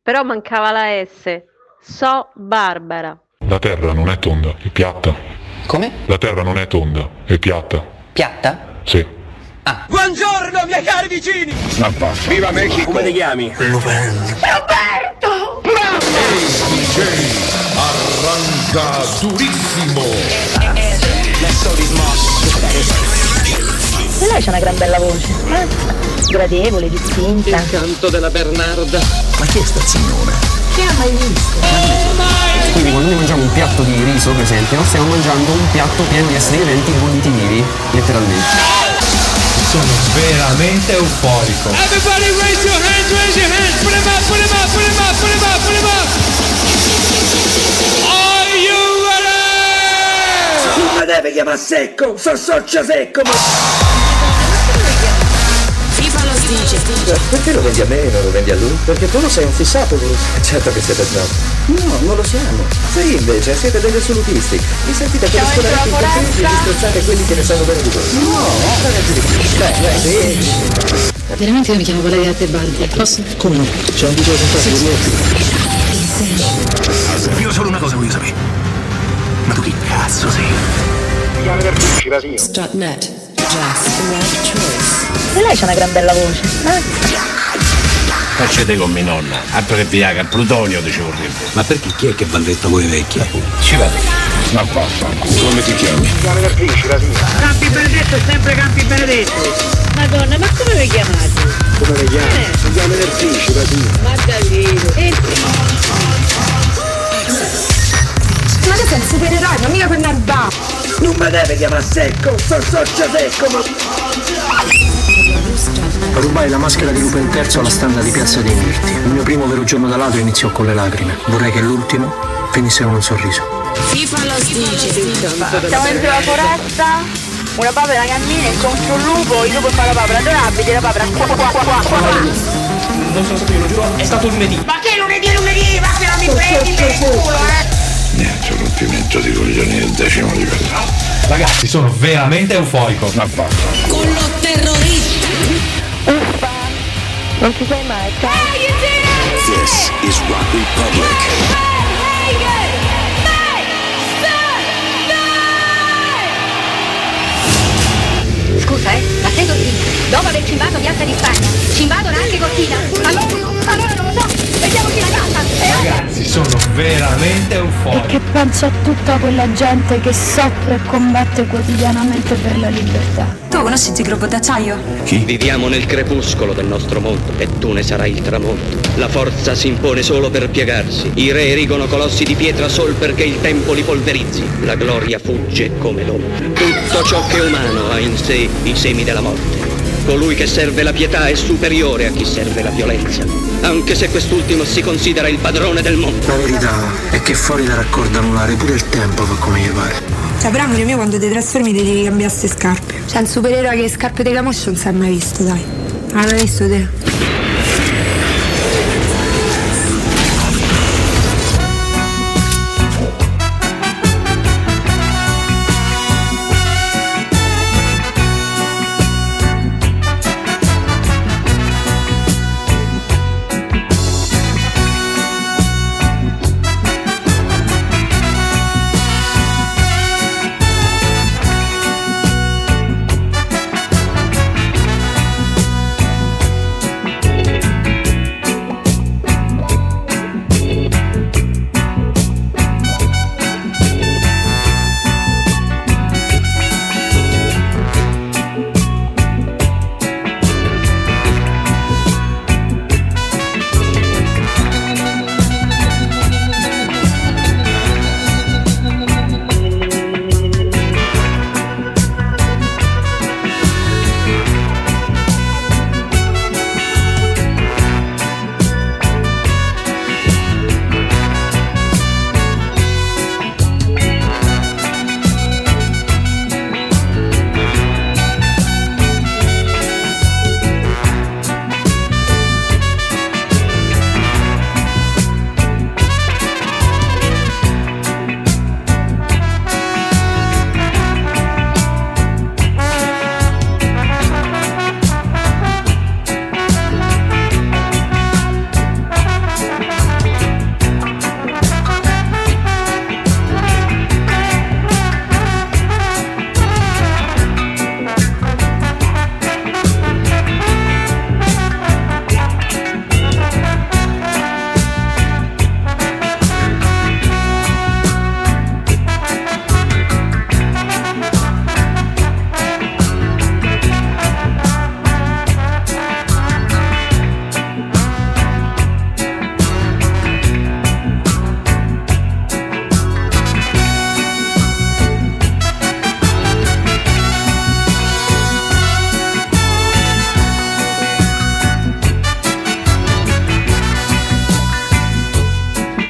Però mancava la S. So Barbara. La terra non è tonda, è piatta. Come? La terra non è tonda, è piatta. Piatta? Sì. Ah. Buongiorno miei cari vicini! Viva Mexico! Come ti chiami? Roberto! Bravo! DJ arranca durissimo! E lei c'ha una gran bella voce, gradevole, distinta. Il canto della Bernarda. Ma chi è sta signora? Che ha mai visto? Quindi quando noi mangiamo un piatto di riso, per esempio, stiamo mangiando un piatto pieno di esseri viventi ingombiti vivi, letteralmente. Sono veramente euforico. Everybody raise your hands, put them up, put them up, put them up, put them up, put them up. Are you ready? Non mi deve chiamare secco, so socio secco, ma... FIFA lo dice. Perché lo vendi a me e non lo vendi a lui? Perché tu lo sei un fissato, lui. Certo che siete snob. No, non lo siamo. Voi invece siete degli assolutisti. Vi sentite per scolare i contenti e disprezzate quelli che ne sanno bene di voi. No, ragazzi di qui. Sì. Veramente io mi chiamo Valeria Tebaldi. Posso? Come no? C'è un video sentato. Io solo una cosa voglio sapere. Ma tu chi cazzo sei? Chiami per tutti, Rasino. Strutnet. Jazz. The right choice. E lei c'ha una gran bella voce, Facete con mia nonna, altro che Viagra, il plutonio dicevo prima. Ma perché chi è che balletta voi vecchi? Ci vado. Ma vaffanculo. Come ti chiami? Chiami per tutti, Rasino. Campi Benedetto è sempre Campi Benedetto. Madonna, ma come vi chiamate? Come le chiami? Si chiama Nerfici, Rasino. Ma tu sei un supereroe, ma mica quel narba. Non mi deve chiamare secco, so socio secco, ma... Rubai la maschera di Lupo III alla standa di Piazza dei Mirti. Il mio primo vero giorno da ladro iniziò con le lacrime. Vorrei che l'ultimo finisse con un sorriso. FIFA lo dice. Siamo dentro la foresta, una papera cammina, incontra un lupo, il lupo fa la papera adorabile e la papera qua. Non sono stato io, lo giuro, è stato lunedì. Ma che lunedì, va che non mi prendi per il culo, Niente, rompimento di coglioni del 10° livello. Ragazzi, sono veramente euforico. Ma vaffanculo. Con lo terrorista. Uffa, non ci sei mai, ciao. This is Rock Republic. Scusa, ma sei Cortina? Dopo aver cimbato Piazza di Spagna, cimbadono anche Cortina? Allora non lo so, vediamoci la casa. Ragazzi, sono veramente euforico. Che penso a tutta quella gente che soffre e combatte quotidianamente per la libertà. Tu conosci il gruppo d'acciaio? Viviamo nel crepuscolo del nostro mondo e tu ne sarai il tramonto. La forza si impone solo per piegarsi. I re erigono colossi di pietra sol perché il tempo li polverizzi. La gloria fugge come l'ombra. Tutto ciò che è umano ha in sé i semi della morte. Colui che serve la pietà è superiore a chi serve la violenza, anche se quest'ultimo si considera il padrone del mondo. La verità è che fuori da raccordo anulare pure il tempo fa come gli pare. Cioè, però amore mio, quando ti trasformi ti devi cambiare ste scarpe. C'è un supereroe che scarpe della moscia non si è mai visto, dai. Ah, l'hai visto te?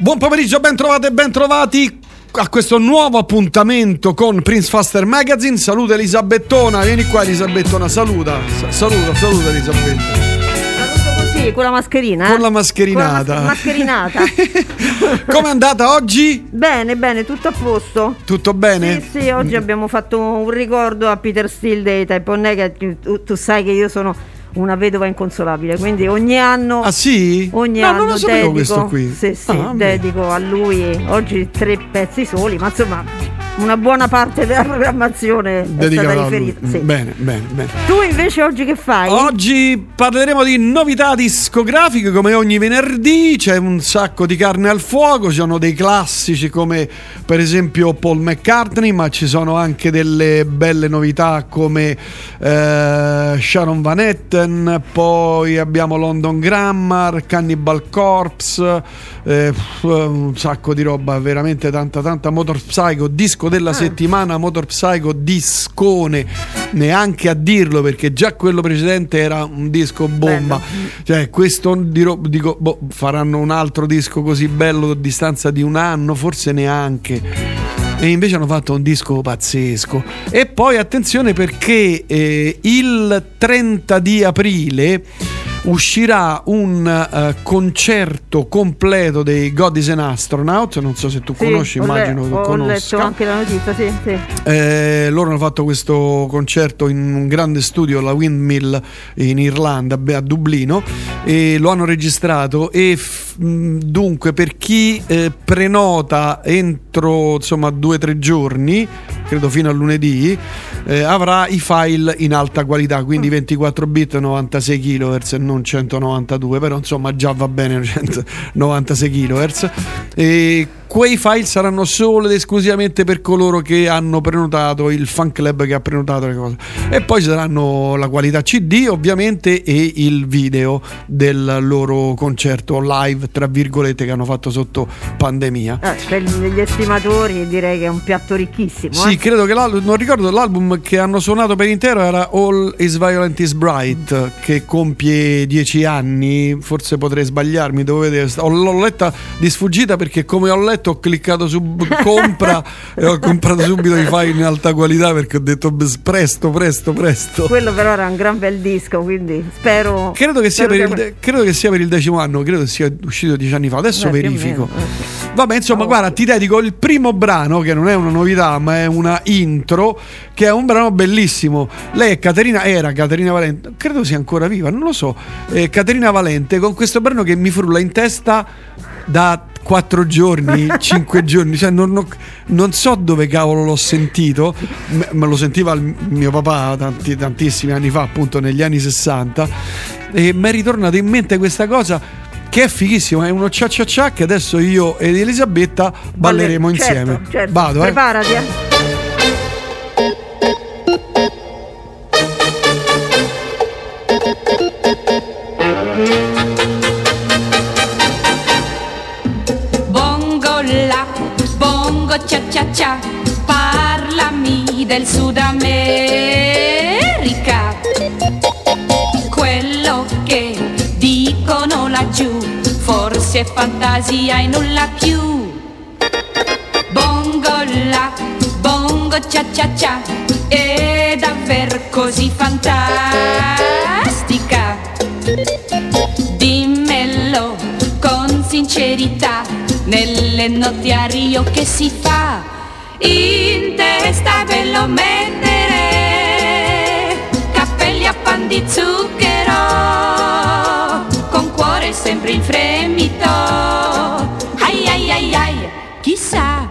Buon pomeriggio, ben trovate e ben trovati a questo nuovo appuntamento con Prince Faster Magazine. Saluta Elisabettona, vieni qua Elisabettona, saluta Elisabetta. Sì, con la mascherina. Con la mascherinata. Mascherinata. Com'è andata oggi? Bene, tutto a posto. Tutto bene? Sì, oggi abbiamo fatto un ricordo a Peter Steele dei Type O Negative. Tu sai che io sono una vedova inconsolabile, quindi ogni anno. Ah sì? Ogni no, anno non lo sapevo dedico, questo qui. Sì, dedico a lui oggi 3 pezzi soli, ma insomma una buona parte della programmazione è stata riferita. Sì. Bene. Tu invece oggi che fai? Oggi parleremo di novità discografiche come ogni venerdì, c'è un sacco di carne al fuoco, ci sono dei classici come per esempio Paul McCartney, ma ci sono anche delle belle novità come Sharon Van Etten, poi abbiamo London Grammar, Cannibal Corpse, un sacco di roba, veramente tanta. Motor Psycho, disco della settimana, Motor Psycho discone, neanche a dirlo perché già quello precedente era un disco bomba. Bello. Cioè questo dico faranno un altro disco così bello a distanza di un anno, forse neanche, e invece hanno fatto un disco pazzesco. E poi attenzione perché il 30 di aprile uscirà un concerto completo dei God is an Astronaut. Non so se tu conosci, immagino che tu conosca. Ho letto anche la notizia, sì. Loro hanno fatto questo concerto in un grande studio, la Windmill in Irlanda, a Dublino, e lo hanno registrato e dunque per chi prenota entro 2 o 3 giorni, credo fino a lunedì, avrà i file in alta qualità, quindi 24 bit 96 kHz, non 192, però insomma già va bene 96 kHz, e quei file saranno solo ed esclusivamente per coloro che hanno prenotato, il fan club che ha prenotato le cose, e poi ci saranno la qualità CD ovviamente e il video del loro concerto live tra virgolette che hanno fatto sotto pandemia. Per gli estimatori direi che è un piatto ricchissimo. Sì, credo che non ricordo l'album che hanno suonato per intero era All Is Violent Is Bright, che compie 10 anni, forse potrei sbagliarmi, devo vedere, l'ho letta di sfuggita perché come ho letto ho cliccato su compra e ho comprato subito i file in alta qualità perché ho detto presto. Quello però era un gran bel disco, quindi spero. Credo che sia per il 10° anno, credo che sia uscito 10 anni fa, adesso verifico. Vabbè, insomma, guarda, ti dedico il primo brano che non è una novità ma è una intro, che è un brano bellissimo. Lei è era Caterina Valente, credo sia ancora viva, non lo so, Caterina Valente, con questo brano che mi frulla in testa da 4 giorni, 5 giorni, cioè non so dove cavolo l'ho sentito, me lo sentiva mio papà tantissimi anni fa, appunto negli anni 60, e mi è ritornata in mente questa cosa che è fighissimo, è uno cia che adesso io ed Elisabetta balleremo insieme. Certo. Vado, preparati. Cia, parlami del Sud America, quello che dicono laggiù forse è fantasia e nulla più. Bongo la, bongo cia, è davvero così fantastica. Dimmelo con sincerità, nelle notti a Rio che si fa? In testa ve lo mettere, cappelli a pan di zucchero, con cuore sempre in fremito. Ai ai ai ai, chissà,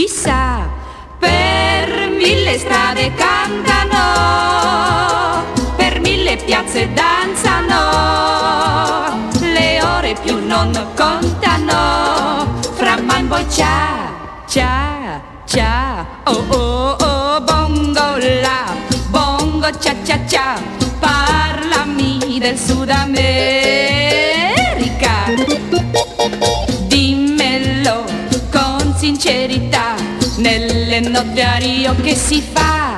per 1000 strade cantano, per 1000 piazze danzano, le ore più non contano, fra man boy cia, oh, bongo la, bongo cia, parlami del Sud America, dimmelo con sincerità, nelle notti a Rio che si fa?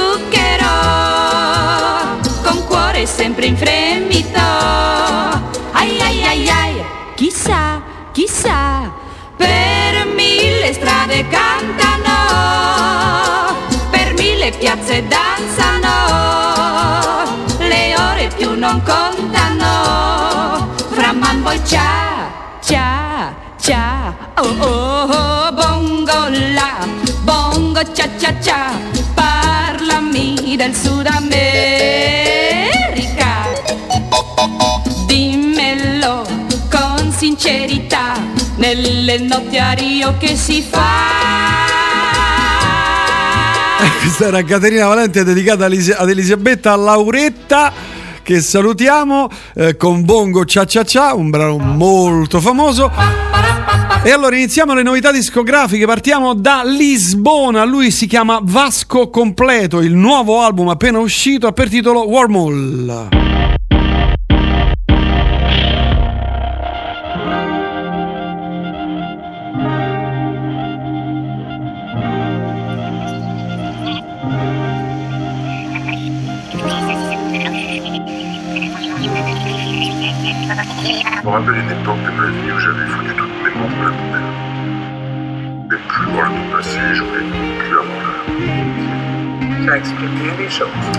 zucchero, con cuore sempre in fremito. Ai ai ai ai, chissà, chissà, per 1000 strade cantano, per 1000 piazze danzano, le ore più non contano, fra mambo e cia, cia, cia, oh oh oh, bongo la, bongo cia cia cia, parlami del Sud America, dimmelo con sincerità, nelle notti a Rio che si fa. Questa era Caterina Valente, dedicata ad Elisabetta Lauretta, che salutiamo, con Bongo Cia Cia Cia, un brano molto famoso. E allora iniziamo le novità discografiche, partiamo da Lisbona. Lui si chiama Vasco Completo, il nuovo album appena uscito ha per titolo Wormhole. Je me rappelle une époque de ma vie où j'avais foutu toutes mes montres à la poubelle. Et plus loin du passé, j'aurais pu avoir l'air. Ça explique les choses.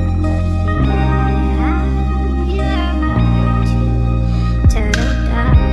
Da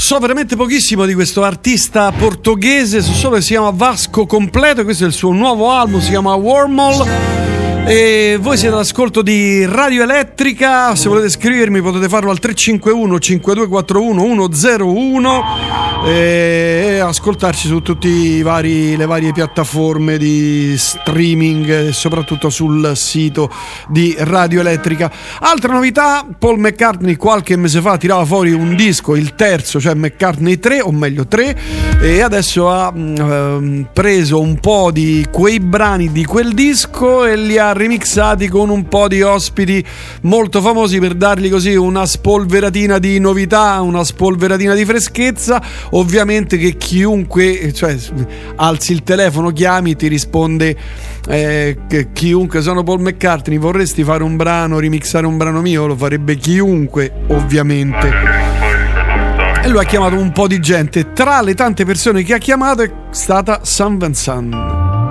So veramente pochissimo di questo artista portoghese, so solo che si chiama Vasco Completo, questo è il suo nuovo album, si chiama Wormhole. E voi siete all'ascolto di Radio Elettrica. Se volete scrivermi potete farlo al 351 5241 101 e ascoltarci su tutte le varie piattaforme di streaming e soprattutto sul sito di Radio Elettrica. Altra novità: Paul McCartney qualche mese fa tirava fuori un disco, il terzo, cioè McCartney 3, o meglio 3, e adesso ha preso un po' di quei brani di quel disco e li ha remixati con un po' di ospiti molto famosi per dargli così una spolveratina di novità, una spolveratina di freschezza. Ovviamente che chiunque, cioè, alzi il telefono, chiami, ti risponde chiunque. Sono Paul McCartney, vorresti fare un brano, remixare un brano mio? Lo farebbe chiunque, ovviamente. E lui ha chiamato un po' di gente. Tra le tante persone che ha chiamato è stata Sam Van Sant.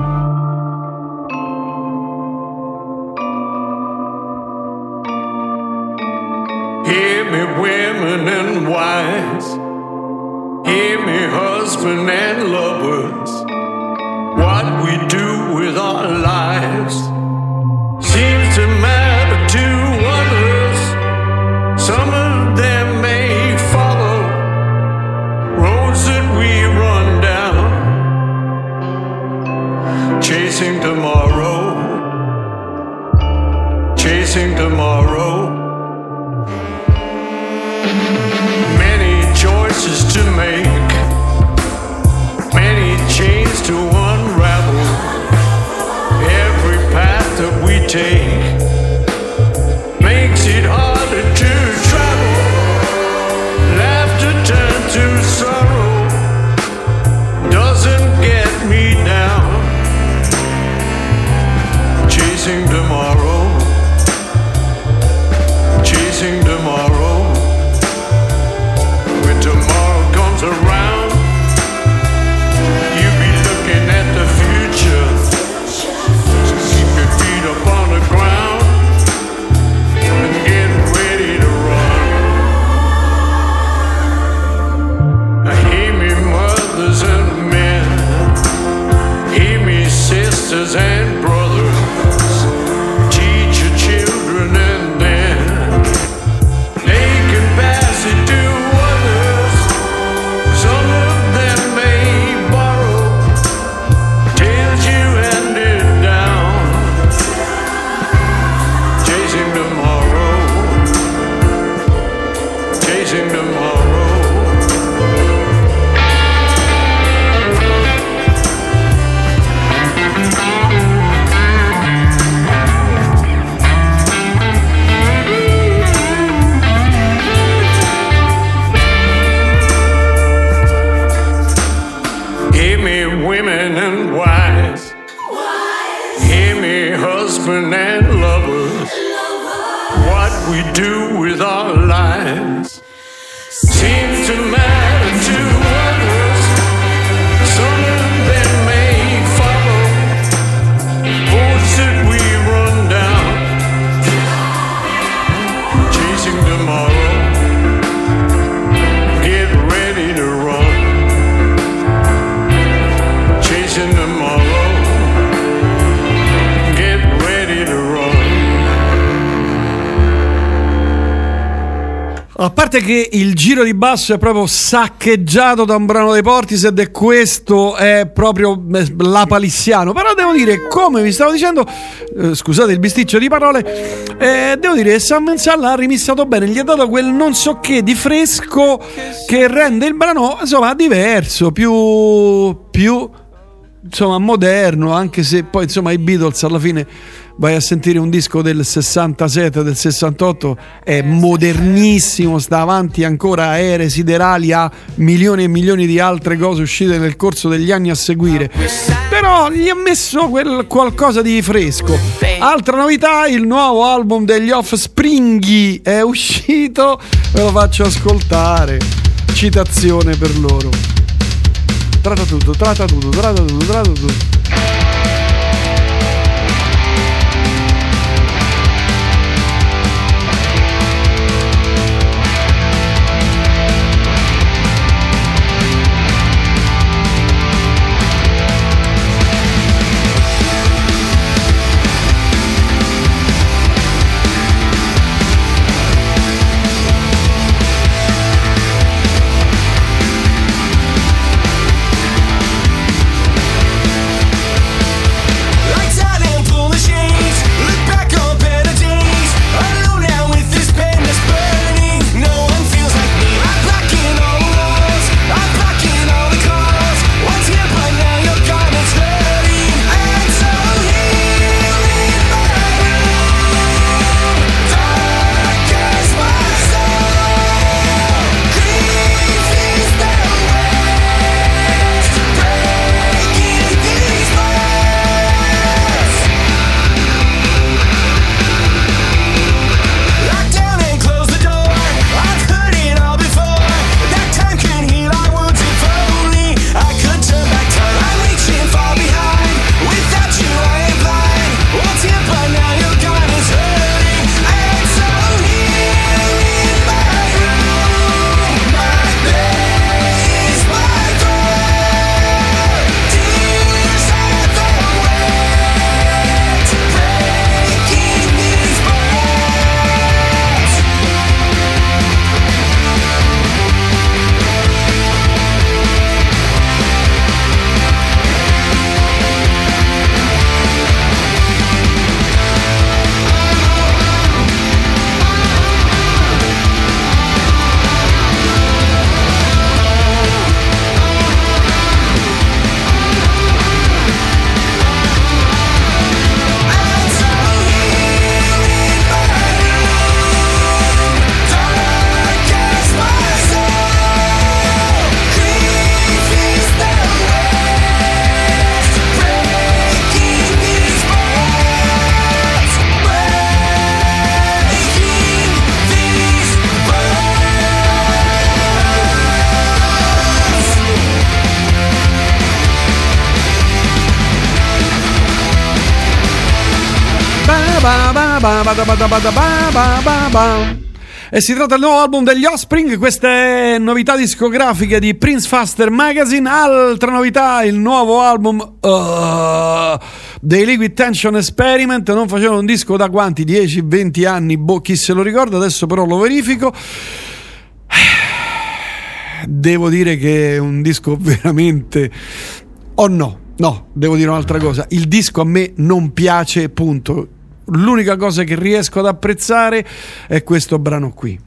Hear me, women and wives. Hear me, husband and lovers. What we do with our lives seems to matter to others. Some of them may follow roads that we run down, chasing tomorrow, chasing tomorrow. Many choices to make, many chains to unravel. Every path that we take makes it harder to travel. Laughter turned to sorrow doesn't get me down. Chasing tomorrow, chasing tomorrow. When tomorrow comes around, you'll be looking at the future. So keep your feet up on the ground and get ready to run. Now hear me, mothers and men. Hear me, sisters and brothers. Teach your children and then they can pass it to others. Some of them may borrow tales you handed down. Chasing tomorrow, chasing tomorrow. Hear me, women and wives. Hear me, husband and lovers. What we do with our lives seems to matter to others. Some of them may follow roads that we run down. Chasing tomorrow, get ready to run. Chasing tomorrow, get ready to run. A parte che il giro di basso è proprio saccheggiato da un brano dei Portishead e questo è proprio la palissiano, però devo dire, come vi stavo dicendo, scusate il bisticcio di parole, devo dire che Sam Van Sant l'ha rimissato bene, gli ha dato quel non so che di fresco che rende il brano insomma diverso, più insomma moderno, anche se poi insomma i Beatles alla fine vai a sentire un disco del 67, del 68, è modernissimo, sta avanti ancora aerei siderali, a milioni e milioni di altre cose uscite nel corso degli anni a seguire, però gli ha messo quel qualcosa di fresco. Altra novità, il nuovo album degli Offspring è uscito, ve lo faccio ascoltare, citazione per loro. Tratta tutto. E si tratta del nuovo album degli Offspring, queste novità discografiche di Prince Faster Magazine. Altra novità, il nuovo album dei Liquid Tension Experiment. Non facevano un disco da quanti? 10-20 anni, boh, chi se lo ricorda, adesso però lo verifico. Devo dire che è un disco veramente... No, devo dire un'altra cosa. Il disco a me non piace, punto. L'unica cosa che riesco ad apprezzare è questo brano qui.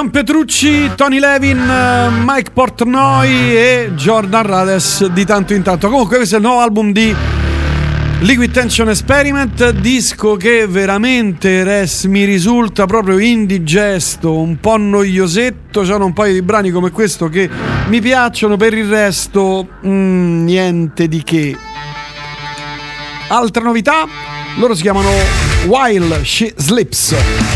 John Petrucci, Tony Levin, Mike Portnoy e Jordan Rades di tanto in tanto. Comunque questo è il nuovo album di Liquid Tension Experiment, disco che veramente mi risulta proprio indigesto, un po' noiosetto. C'hanno un paio di brani come questo che mi piacciono, per il resto niente di che. Altra novità, loro si chiamano While She Sleeps.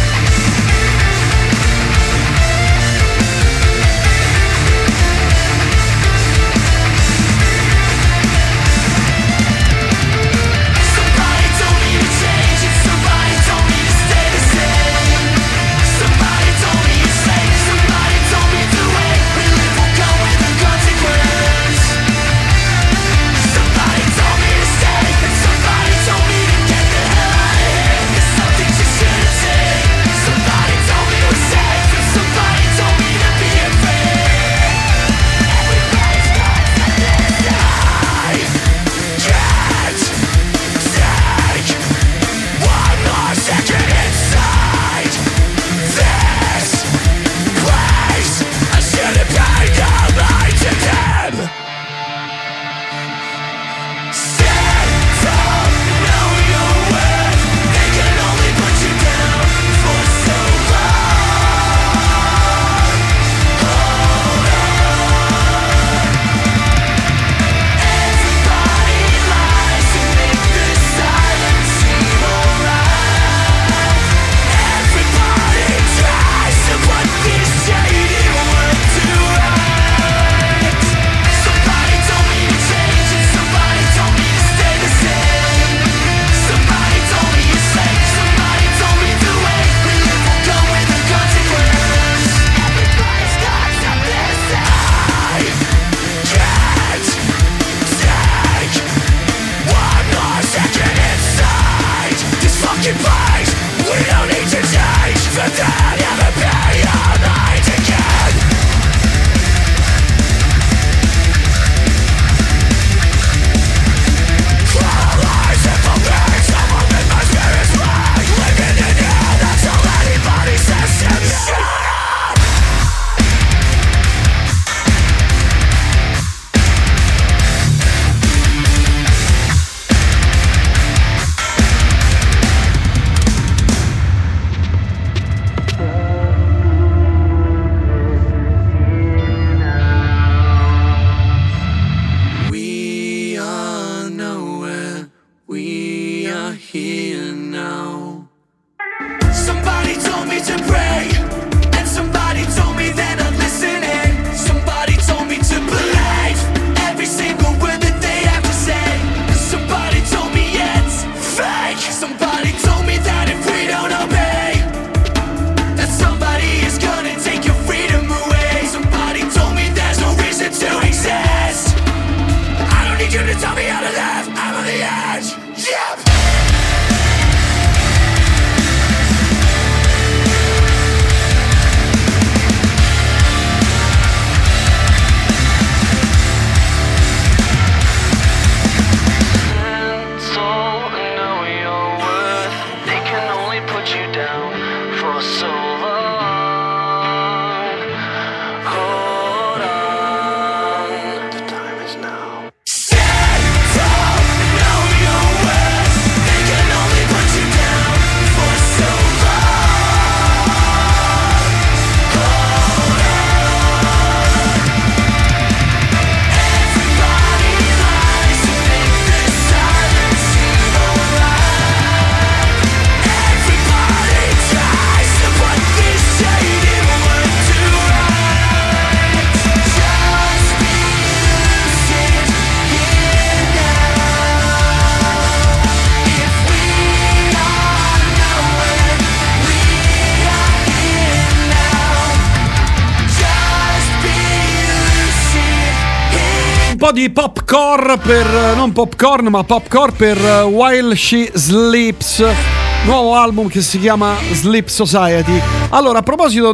po' di popcorn per, non popcorn ma popcorn per While She Sleeps, nuovo album che si chiama Sleep Society. Allora, a proposito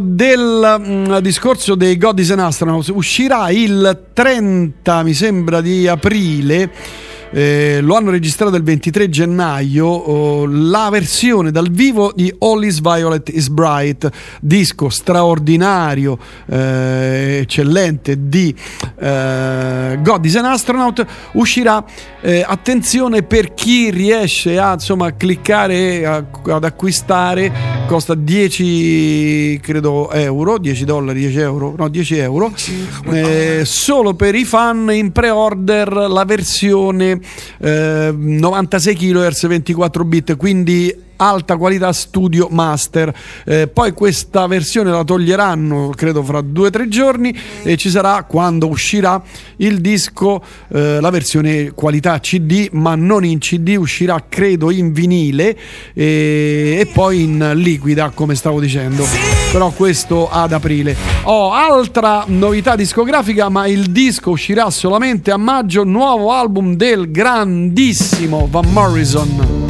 del discorso dei God is an Astronaut, uscirà il 30 mi sembra di aprile lo hanno registrato il 23 gennaio, la versione dal vivo di All Is Violet Is Bright, disco straordinario, eccellente di God Is an Astronaut. Uscirà, attenzione, per chi riesce a cliccare ad acquistare, costa 10 euro, 10 euro, solo per i fan in pre-order la versione 96 kHz 24 bit, quindi alta qualità studio master. Poi questa versione la toglieranno credo fra 2 o 3 giorni e ci sarà, quando uscirà il disco, la versione qualità CD, ma non in CD, uscirà credo in vinile e poi in liquida, come stavo dicendo, però questo ad aprile. Altra novità discografica, ma il disco uscirà solamente a maggio, nuovo album del grandissimo Van Morrison.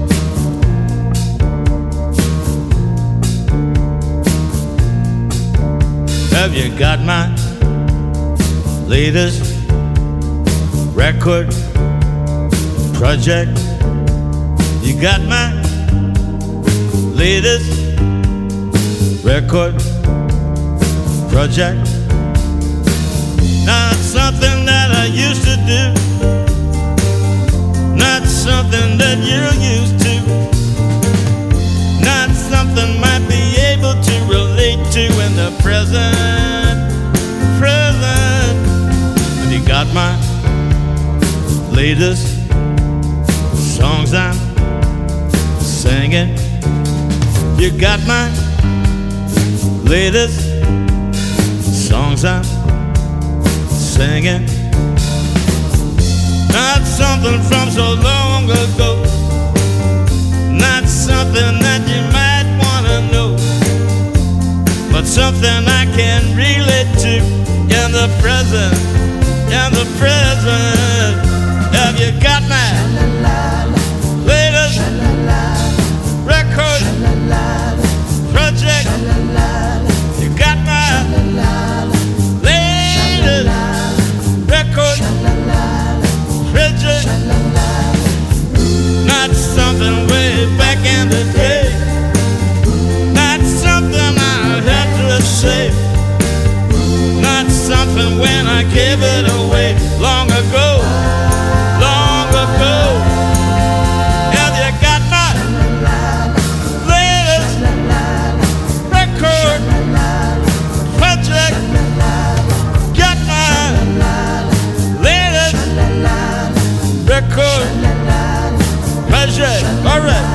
Have you got my latest record project? You got my latest record project? Not something that I used to do, not something that you're used to, not something might be able to relate to in the present. And you got my latest songs I'm singing. You got my latest songs I'm singing. Not something from so long ago, not something that you might wanna know, but something I can relate to in the present, in the present. Have you got my latest record project? You got my latest record project? Not something way back in the day, not something I had to say, not something when I gave it away long ago, long ago. Have you got my latest record project? Got my latest record project? All right.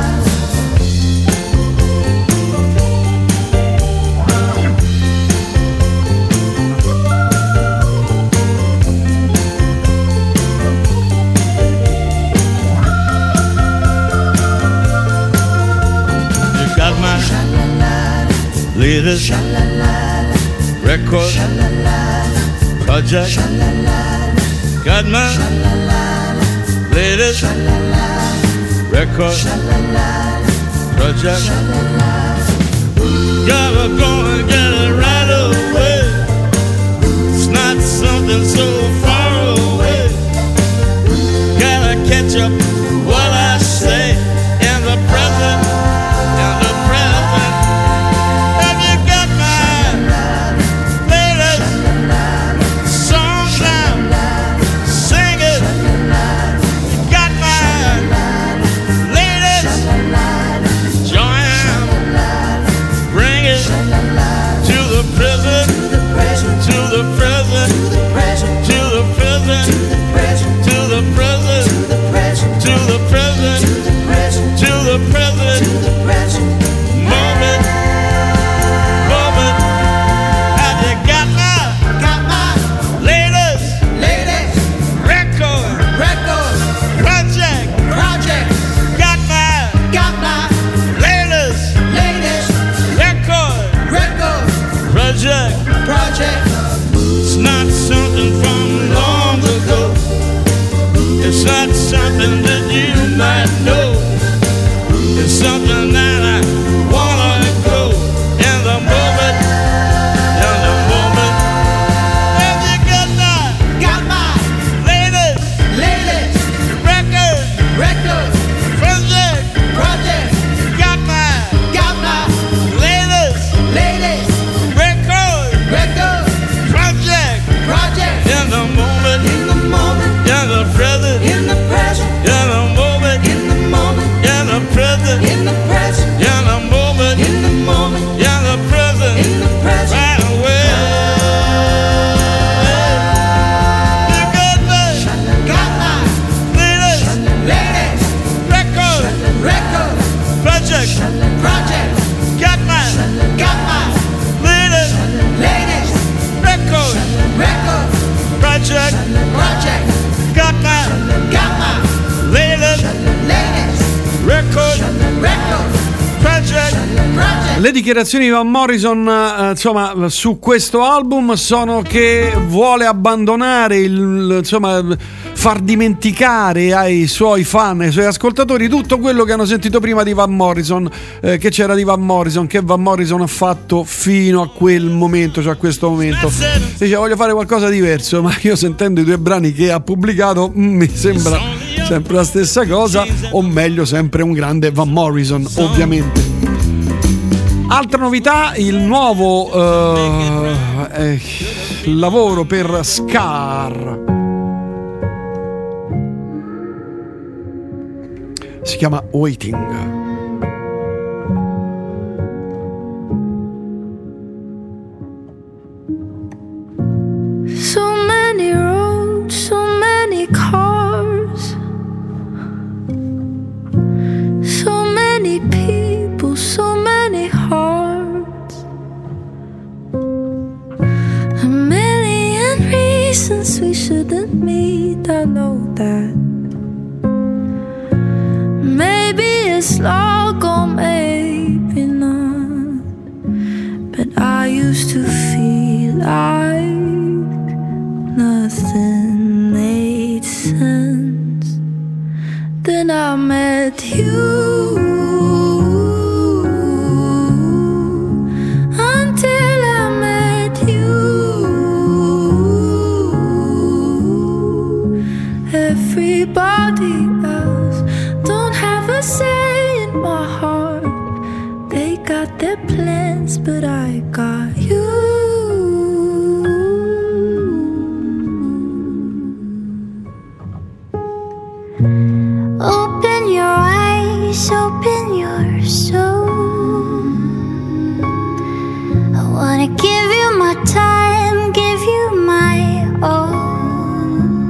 Latest record project? Got my latest record project? Gotta go and get it right away. It's not something so far away. Gotta catch up what I say in the present. Something that you might know. It's something that I wanna go in the moment, in the moment. Have you got my latest Le dichiarazioni di Van Morrison insomma su questo album sono che vuole abbandonare insomma far dimenticare ai suoi fan, ai suoi ascoltatori tutto quello che hanno sentito prima di Van Morrison, che c'era di Van Morrison, che Van Morrison ha fatto fino a quel momento, cioè a questo momento. Dice voglio fare qualcosa di diverso, ma io sentendo i 2 brani che ha pubblicato mi sembra sempre la stessa cosa, o meglio sempre un grande Van Morrison, ovviamente. Altra novità, il nuovo lavoro per Scar. Si chiama Waiting. So many roads, so many cars, so many people, so many hearts, a million reasons we shouldn't meet, I know that. Maybe it's love or maybe not, but I used to feel like nothing made sense. Then I met you. Until I met you, everybody else don't have a say in my heart. They got their plans, but I got you. Open your eyes, open your soul. I wanna give you my time, give you my all.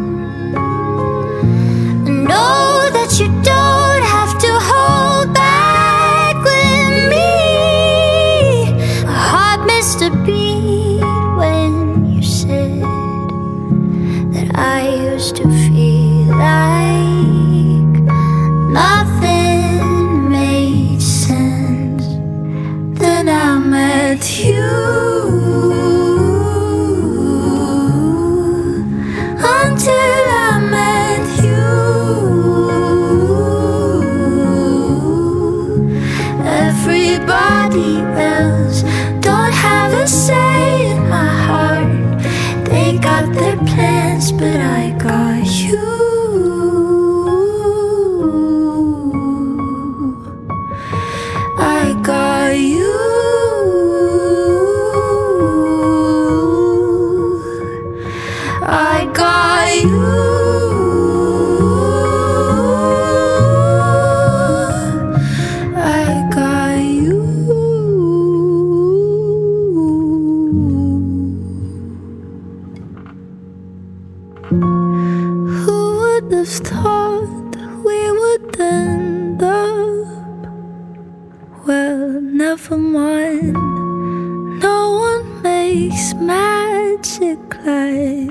Know that you don't have to hold back with me. My heart missed a beat when you said that I used to feel like nothing made sense. Then I met you. Until I met you, everybody else don't have a say in my heart. They got their plans, but I got you. I got you. I got you. I got you. Who would have thought we would end up? Well, never mind. No one makes magic like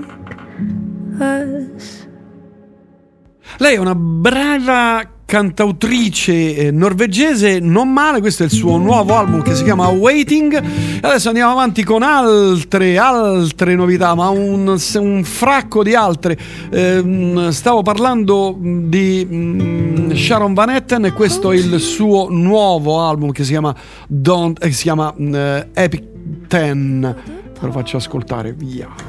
us. Lei è una brava cantautrice norvegese, non male. Questo è il suo nuovo album che si chiama Waiting. Adesso andiamo avanti con altre novità, ma un fracco di altre. Stavo parlando di Sharon Van Etten, e questo è il suo nuovo album che si chiama Epic 10. Ve lo faccio ascoltare, via.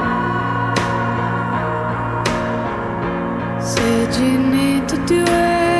Said you need to do it.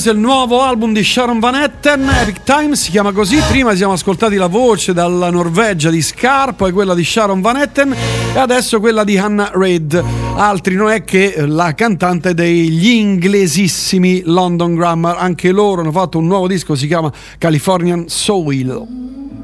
questo è il nuovo album di Sharon Van Etten, Epic Times si chiama così. Prima ci siamo ascoltati la voce dalla Norvegia di Scar, poi quella di Sharon Van Etten e adesso quella di Hannah Reid. Altri non è che la cantante degli inglesissimi London Grammar, anche loro hanno fatto un nuovo disco, si chiama Californian Soil.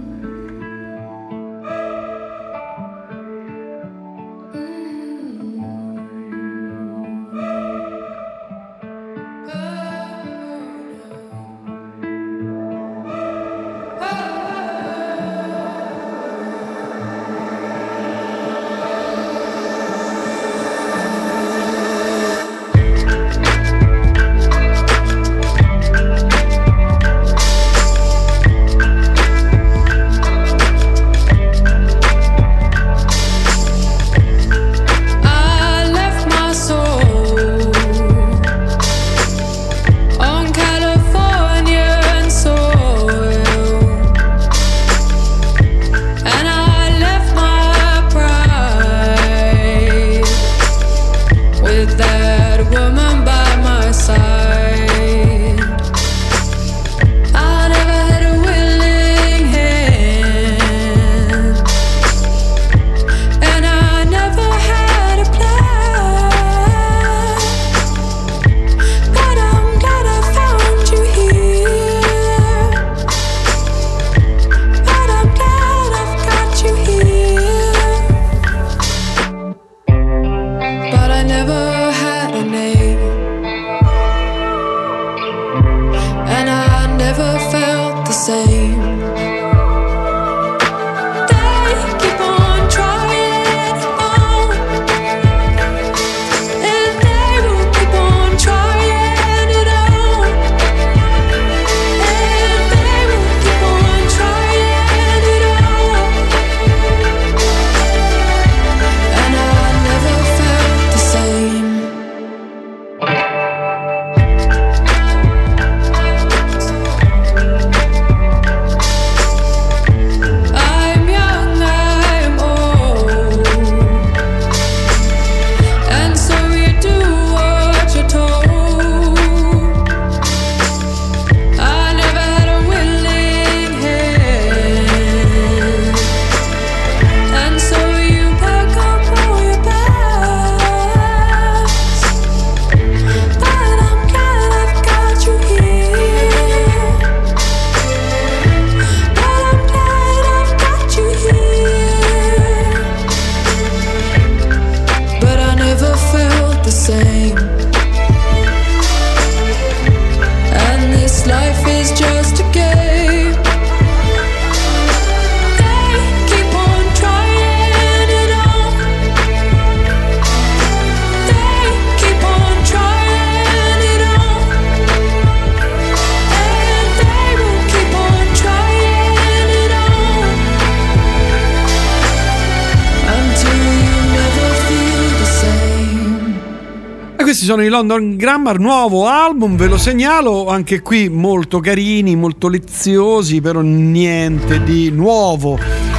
Questi sono i London Grammar, nuovo album, ve lo segnalo, anche qui molto carini, molto leziosi, però niente di nuovo.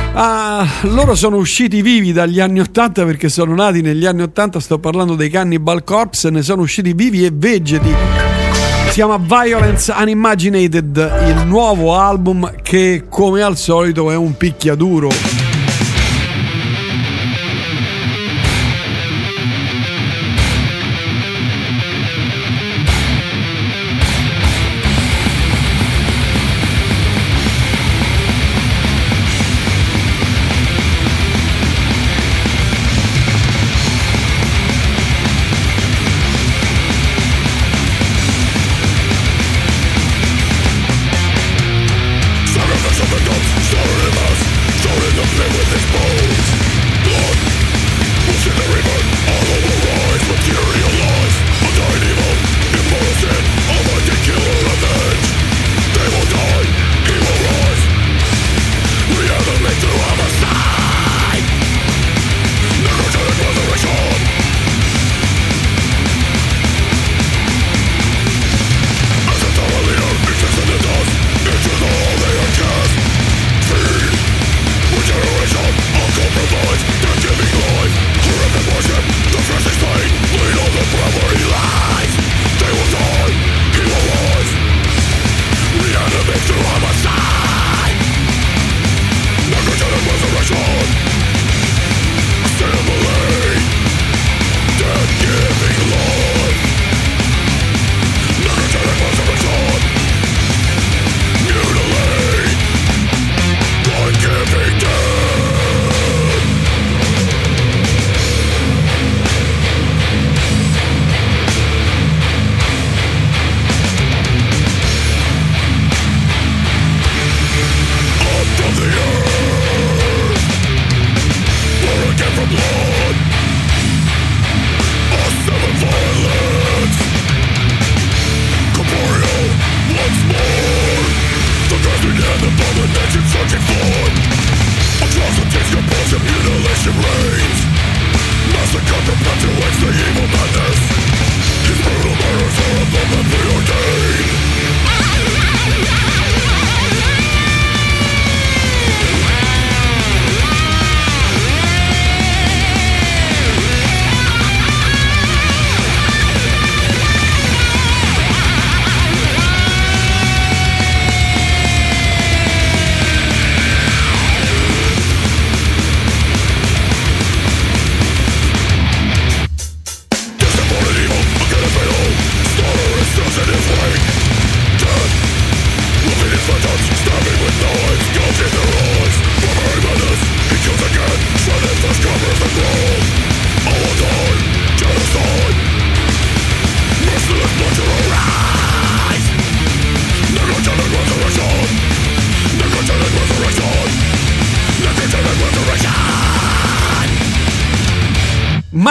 Loro sono usciti vivi dagli anni 80 perché sono nati negli anni 80, sto parlando dei Cannibal Corpse, ne sono usciti vivi e vegeti. Si chiama Violence Unimaginated, il nuovo album che come al solito è un picchiaduro. Story of us, story of the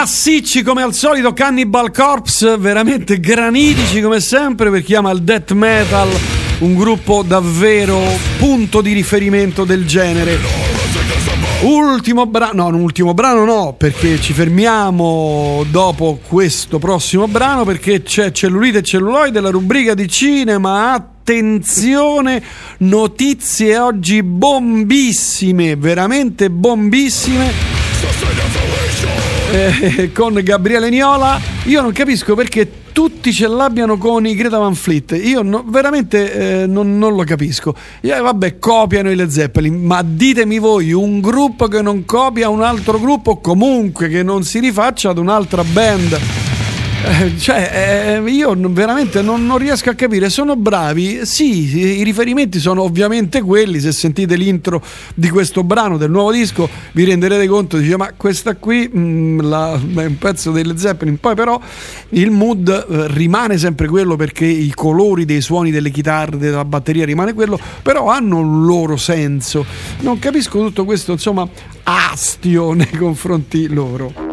Massicci come al solito, Cannibal Corpse, veramente granitici come sempre per chi ama il death metal, un gruppo davvero punto di riferimento del genere. Ultimo brano no, perché ci fermiamo dopo questo prossimo brano, perché c'è Cellulite e Celluloide, la rubrica di cinema. Attenzione, notizie oggi bombissime, veramente bombissime. Con Gabriele Niola. Io non capisco perché tutti ce l'abbiano con i Greta Van Fleet. Io veramente non lo capisco. Vabbè, copiano i Led Zeppelin, ma ditemi voi un gruppo che non copia un altro gruppo, comunque che non si rifaccia ad un'altra band. Io veramente non riesco a capire. Sono bravi, sì, i riferimenti sono ovviamente quelli. Se sentite l'intro di questo brano del nuovo disco vi renderete conto, dice, ma questa qui è un pezzo delle Zeppelin. Poi però il mood rimane sempre quello, perché i colori dei suoni delle chitarre, della batteria rimane quello, però hanno un loro senso. Non capisco tutto questo, insomma, astio nei confronti loro.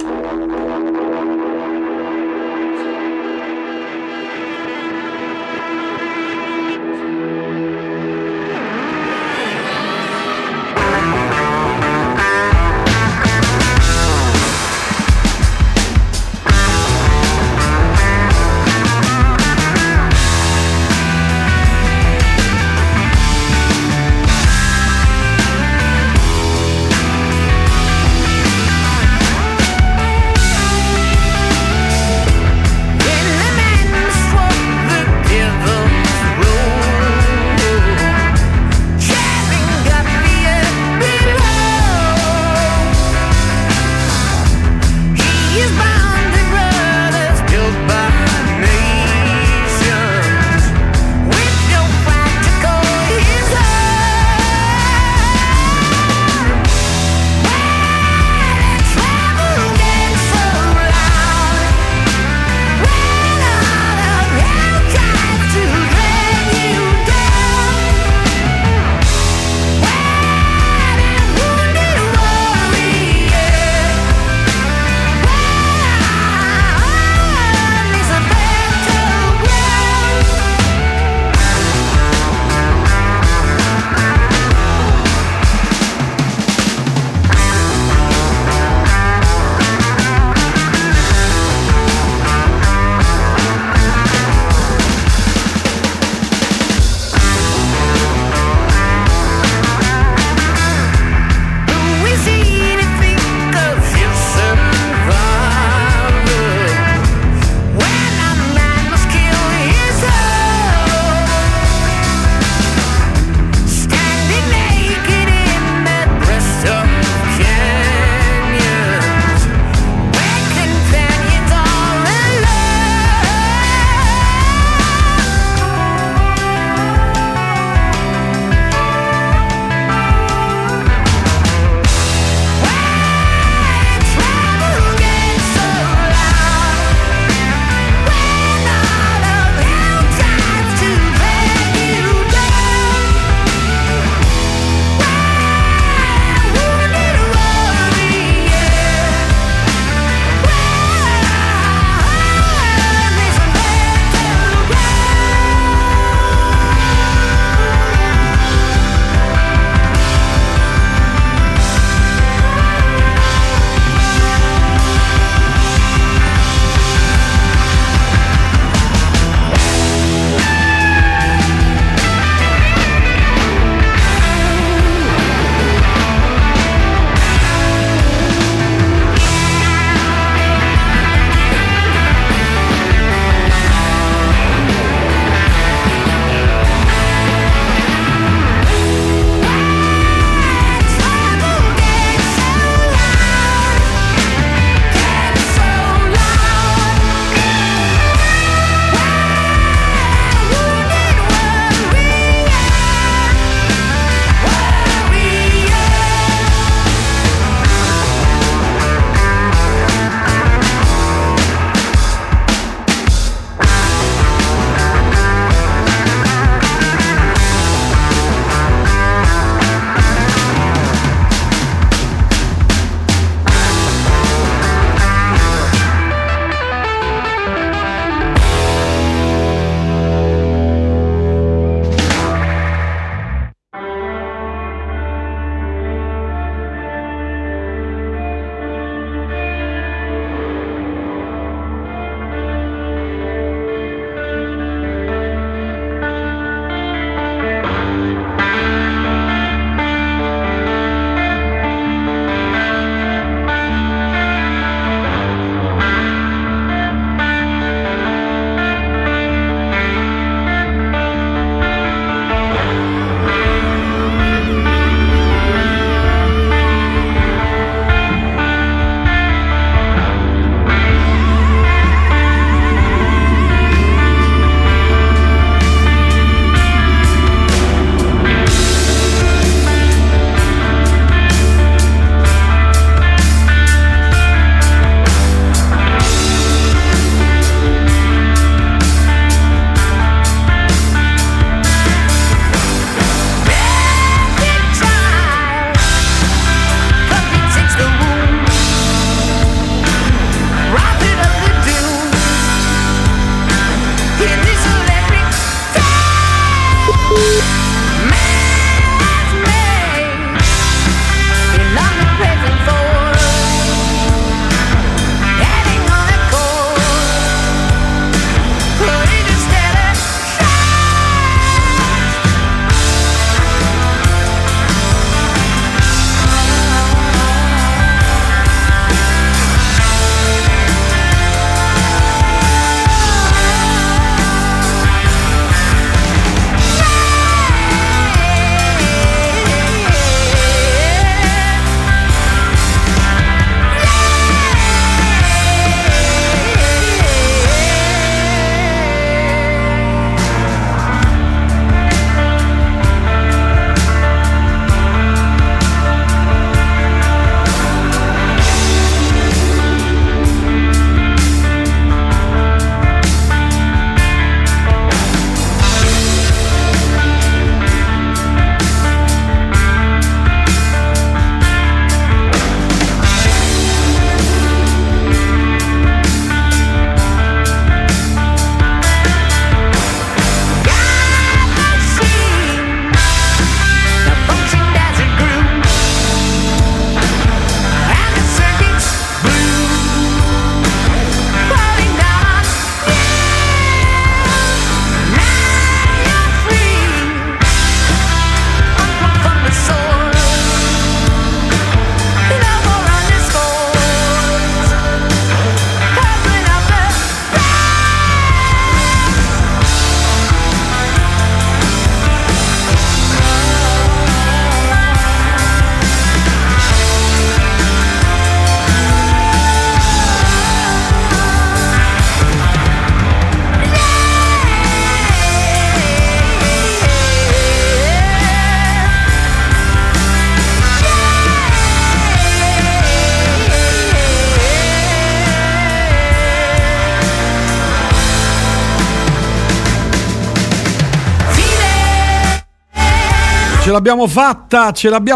ce l'abbiamo fatta!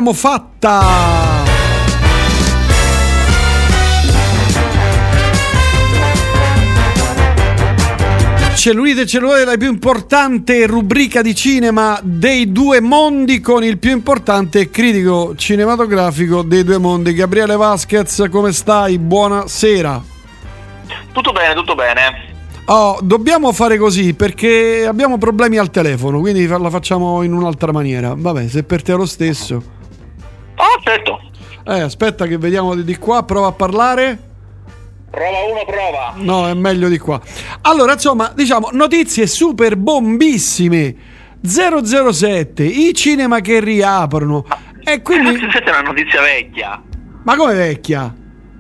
Cellulite e cellulite, la più importante rubrica di cinema dei due mondi, con il più importante critico cinematografico dei due mondi. Gabriele Vasquez, come stai? Buonasera. Tutto bene. Oh, dobbiamo fare così perché abbiamo problemi al telefono, quindi la facciamo in un'altra maniera. Vabbè, se per te è lo stesso. Certo. Aspetta che vediamo di qua, prova a parlare. Prova. No, è meglio di qua. Allora, insomma, diciamo, notizie super bombissime. 007, i cinema che riaprono. E quindi... 007 è una notizia vecchia. Ma come vecchia?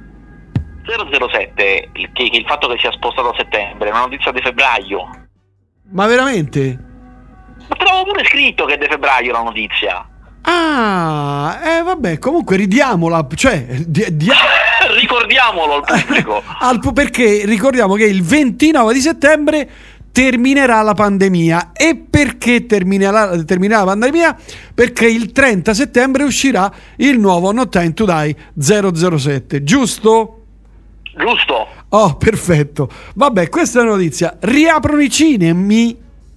007, il fatto che sia spostato a settembre, è una notizia di febbraio. Ma veramente? Ma te l'avevo pure scritto che è di febbraio la notizia. Vabbè, comunque ridiamola, cioè ricordiamolo al pubblico. Perché ricordiamo che il 29 di settembre terminerà la pandemia. E perché terminerà la pandemia? Perché il 30 settembre uscirà il nuovo No Time to Die 007, giusto? Giusto. Oh, perfetto. Vabbè, questa è la notizia. Riaprono i cinemi.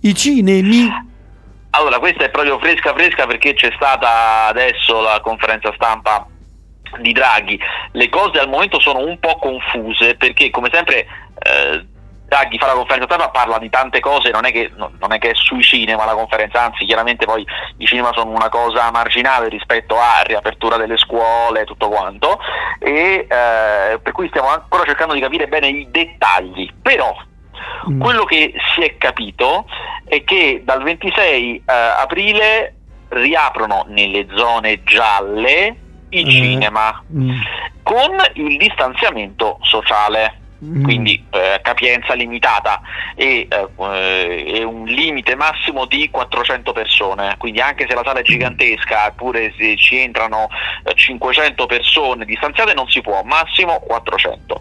Allora, questa è proprio fresca perché c'è stata adesso la conferenza stampa di Draghi. Le cose al momento sono un po' confuse perché, come sempre, Draghi fa la conferenza stampa, parla di tante cose, non è che è sui cinema la conferenza, anzi chiaramente poi i cinema sono una cosa marginale rispetto a riapertura delle scuole, tutto quanto, e per cui stiamo ancora cercando di capire bene i dettagli. Però quello che si è capito è che dal 26 aprile riaprono nelle zone gialle i cinema con il distanziamento sociale, quindi capienza limitata e un limite massimo di 400 persone, quindi anche se la sala è gigantesca, eppure se ci entrano 500 persone distanziate non si può, massimo 400.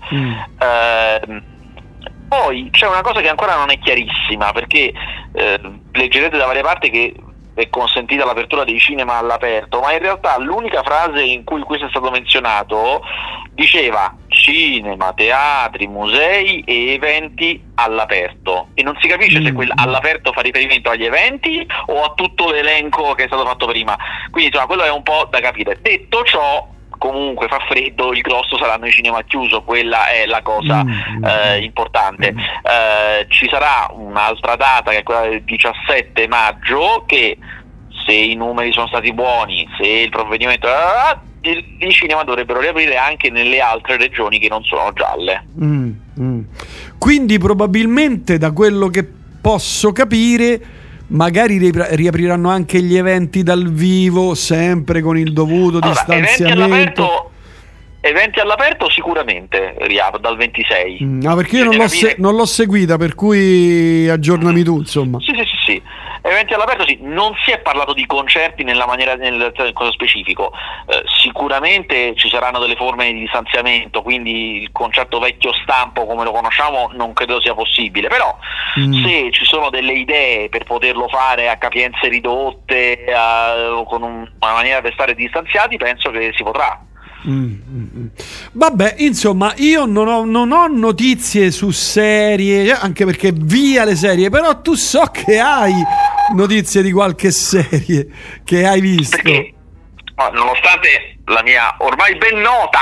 Poi c'è una cosa che ancora non è chiarissima, perché leggerete da varie parti che è consentita l'apertura dei cinema all'aperto, ma in realtà l'unica frase in cui questo è stato menzionato diceva cinema, teatri, musei e eventi all'aperto, e non si capisce se quel all'aperto fa riferimento agli eventi o a tutto l'elenco che è stato fatto prima, quindi insomma quello è un po' da capire. Detto ciò, comunque fa freddo, il grosso saranno i cinema chiuso, quella è la cosa importante. Ci sarà un'altra data che è quella del 17 maggio che, se i numeri sono stati buoni, se il provvedimento i cinema dovrebbero riaprire anche nelle altre regioni che non sono gialle. Quindi probabilmente, da quello che posso capire, magari riapriranno anche gli eventi dal vivo, sempre con il dovuto distanziamento. Eventi all'aperto sicuramente riapro dal 26. Perché io non l'ho seguita, per cui aggiornami tu, insomma. Sì. Eventi all'aperto sì, non si è parlato di concerti nel cosa specifico. Sicuramente ci saranno delle forme di distanziamento, quindi il concerto vecchio stampo come lo conosciamo non credo sia possibile, però se ci sono delle idee per poterlo fare a capienze ridotte, con una maniera per stare distanziati, penso che si potrà. Vabbè, insomma, io non ho notizie su serie, anche perché via le serie, però tu so che hai notizie di qualche serie che hai visto. Perché, nonostante la mia ormai ben nota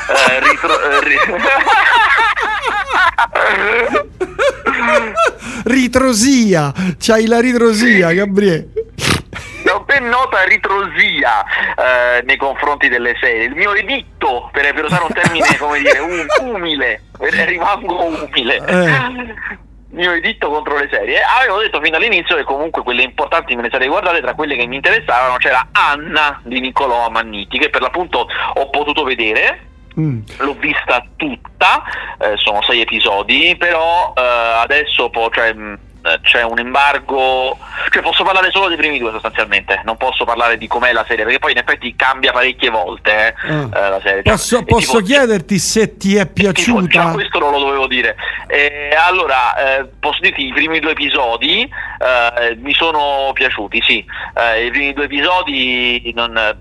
ritrosia, c'hai la ritrosia, Gabriele. Ben nota ritrosia nei confronti delle serie, il mio editto, per usare un termine come dire umile, rimango umile, il mio editto contro le serie. Avevo detto fin dall'inizio che comunque quelle importanti me le sarei guardate. Tra quelle che mi interessavano c'era Anna di Niccolò Ammanniti, che per l'appunto ho potuto vedere. L'ho vista tutta, sono 6 episodi, però adesso c'è un embargo, cioè posso parlare solo dei primi due sostanzialmente, non posso parlare di com'è la serie, perché poi in effetti cambia parecchie volte la serie. Posso chiederti se ti è piaciuta? Questo non lo dovevo dire. Allora, posso dirti i primi due episodi mi sono piaciuti, sì. I primi due episodi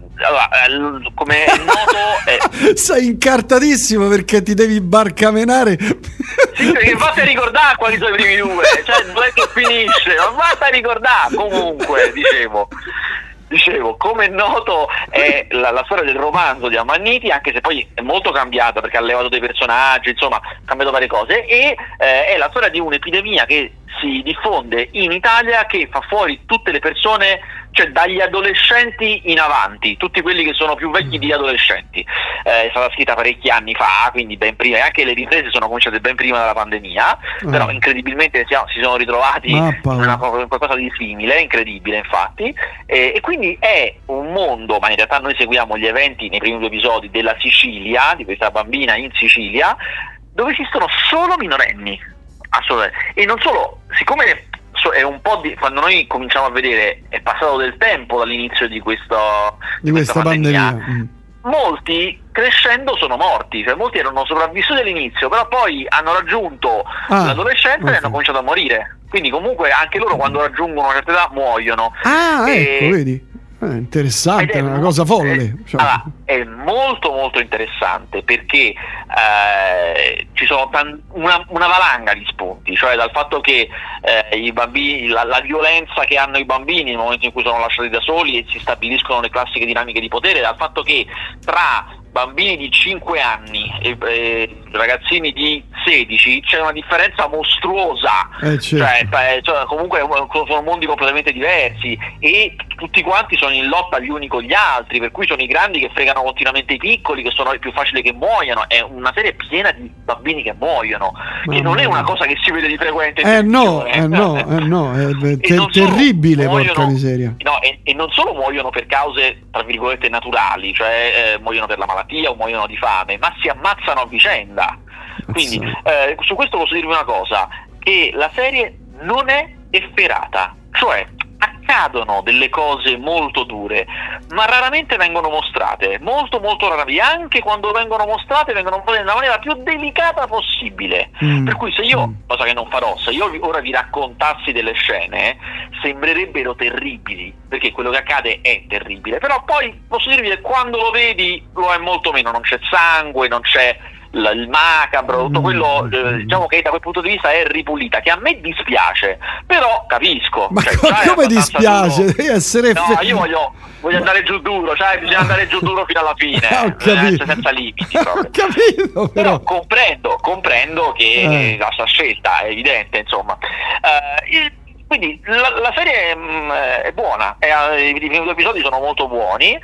come è noto sei incartatissimo perché ti devi barcamenare. Sì, perché fate ricordare quali sono i primi due, cioè non è che finisce, ma basta ricordare. Comunque dicevo, come è noto è la storia del romanzo di Ammanniti, anche se poi è molto cambiata perché ha levato dei personaggi, insomma ha cambiato varie cose, e è la storia di un'epidemia che si diffonde in Italia, che fa fuori tutte le persone, cioè dagli adolescenti in avanti, tutti quelli che sono più vecchi di adolescenti. È stata scritta parecchi anni fa, quindi ben prima, e anche le riprese sono cominciate ben prima della pandemia, però incredibilmente si sono ritrovati in qualcosa di simile, incredibile infatti, e quindi è un mondo, ma in realtà noi seguiamo gli eventi nei primi due episodi della Sicilia, di questa bambina in Sicilia, dove esistono solo minorenni. Assolutamente. E non solo, siccome è un po' quando noi cominciamo a vedere, è passato del tempo dall'inizio di questa pandemia. Molti crescendo sono morti, cioè molti erano sopravvissuti all'inizio, però poi hanno raggiunto l'adolescenza e hanno cominciato a morire. Quindi comunque anche loro quando raggiungono una certa età muoiono. Ecco, vedi? Interessante, è una cosa folle. Allora, è molto molto interessante perché ci sono una valanga di spunti, cioè dal fatto che i bambini, la violenza che hanno i bambini nel momento in cui sono lasciati da soli e si stabiliscono le classiche dinamiche di potere, dal fatto che tra bambini di 5 anni e ragazzini di 16 c'è una differenza mostruosa, cioè, comunque sono mondi completamente diversi e tutti quanti sono in lotta gli uni con gli altri, per cui sono i grandi che fregano continuamente i piccoli, che sono più facili che muoiano. È una serie piena di bambini che muoiono, che non è una cosa che si vede di frequente in è terribile, porca miseria. E non solo muoiono per cause tra virgolette naturali, cioè muoiono per la malattia o muoiono di fame, ma si ammazzano a vicenda. Quindi su questo posso dirvi una cosa, che la serie non è efferata, cioè accadono delle cose molto dure, ma raramente vengono mostrate, molto molto raramente, anche quando vengono mostrate nella maniera più delicata possibile. Per cui se io, cosa che non farò, se io ora vi raccontassi delle scene, sembrerebbero terribili, perché quello che accade è terribile, però poi posso dirvi che quando lo vedi lo è molto meno, non c'è sangue, non c'è il macabro, tutto quello, diciamo che da quel punto di vista è ripulita, che a me dispiace, però capisco. Ma come dispiace? Devi essere io voglio andare giù duro, cioè bisogna andare giù duro fino alla fine, senza limiti proprio. Ho capito, però comprendo che la sua scelta è evidente, insomma. Quindi la serie è buona, i primi due episodi sono molto buoni.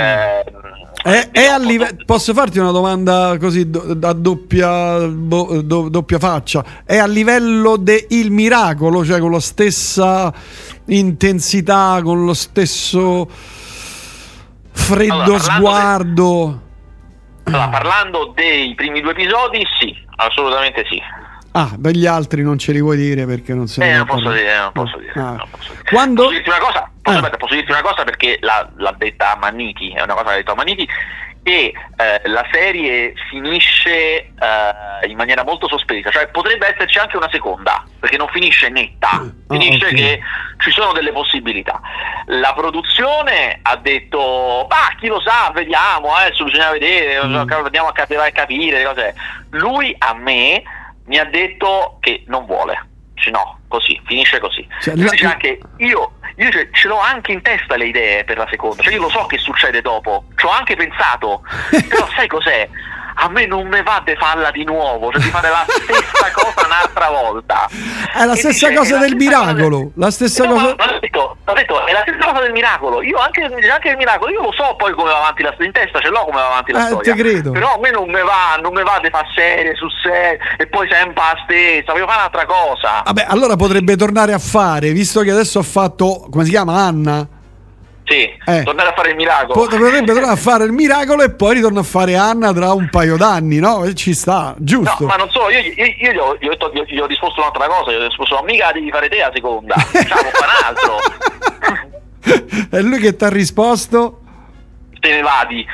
Posso farti una domanda così a doppia faccia? È a livello de Il Miracolo, cioè con la stessa intensità, con lo stesso freddo sguardo? Parlando dei primi due episodi, sì, assolutamente sì. Gli altri non ce li vuoi dire perché non se ne non posso dire. Quando... Posso dirti una cosa? Posso dirti una cosa perché l'ha detta Ammanniti, è una cosa che ha detto Ammanniti, che la serie finisce in maniera molto sospesa, cioè potrebbe esserci anche una seconda, perché non finisce netta, finisce che ci sono delle possibilità. La produzione ha detto, chi lo sa, vediamo, adesso bisogna vedere, andiamo a capire le cose. Lui a me mi ha detto che non vuole, no, così, finisce così. Dice anche, io ce l'ho anche in testa le idee per la seconda, cioè io lo so che succede dopo, ci ho anche pensato, però sai cos'è? A me non me va di farla di nuovo, cioè di fare la stessa cosa un'altra volta. È la stessa cosa del Miracolo. La stessa cosa. Ho detto, è la stessa cosa del Miracolo. Io anche il Miracolo, io lo so poi come va avanti la storia, in testa ce l'ho come va avanti la storia. Te credo. Però a me non me va di fare serie su serie e poi sempre la stessa, voglio fare un'altra cosa. Vabbè, allora potrebbe tornare a fare, visto che adesso ha fatto, come si chiama, Anna? Sì, tornare a fare il miracolo. Potrebbe tornare a fare il miracolo e poi ritorna a fare Anna tra un paio d'anni, no? E ci sta, giusto? No, ma non solo, io gli ho risposto un'altra cosa, gli ho risposto mica devi fare te la seconda, facciamo un altro. E lui che ti ha risposto? Te ne vadi.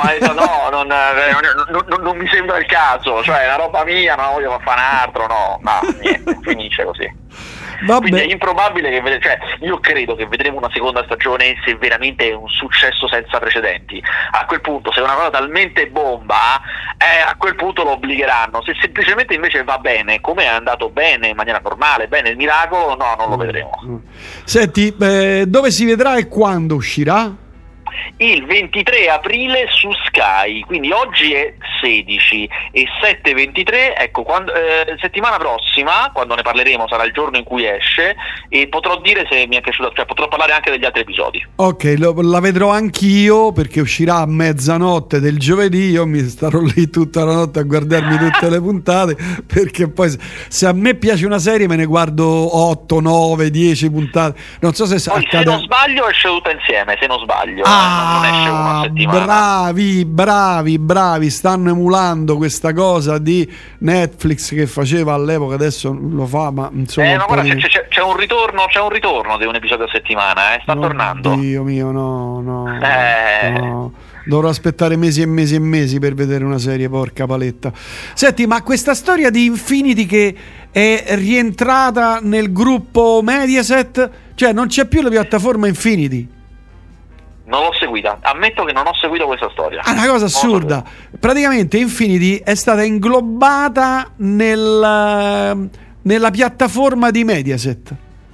Non mi sembra il caso, cioè è una roba mia, non voglio fare un altro, no, niente, finisce così. Vabbè. Quindi è improbabile che io credo che vedremo una seconda stagione se veramente è un successo senza precedenti. A quel punto, se è una cosa talmente bomba, a quel punto lo obbligheranno. Se semplicemente invece va bene, come è andato bene in maniera normale, bene il miracolo, no, non lo vedremo. Senti, dove si vedrà e quando uscirà? Il 23 aprile su Sky, quindi oggi è 16 e 7-23, ecco, settimana prossima, quando ne parleremo, sarà il giorno in cui esce e potrò dire se mi è piaciuto, cioè potrò parlare anche degli altri episodi. Ok, la vedrò anch'io perché uscirà a mezzanotte del giovedì, io mi starò lì tutta la notte a guardarmi tutte le puntate, perché poi se a me piace una serie me ne guardo 8, 9, 10 puntate, non so se poi, se non sbaglio esce tutta insieme, se non sbaglio. Non esce una settimana. Bravi, stanno emulando questa cosa di Netflix che faceva all'epoca, adesso lo fa, ma insomma ma guarda, c'è un ritorno di un episodio a settimana, sta tornando. Dio mio, no. Dovrò aspettare mesi e mesi e mesi per vedere una serie, porca paletta. Senti, ma questa storia di Infinity che è rientrata nel gruppo Mediaset, cioè non c'è più la piattaforma Infinity? Non l'ho seguita, ammetto che non ho seguito questa storia. Una cosa assurda, praticamente Infinity è stata inglobata nella piattaforma di Mediaset.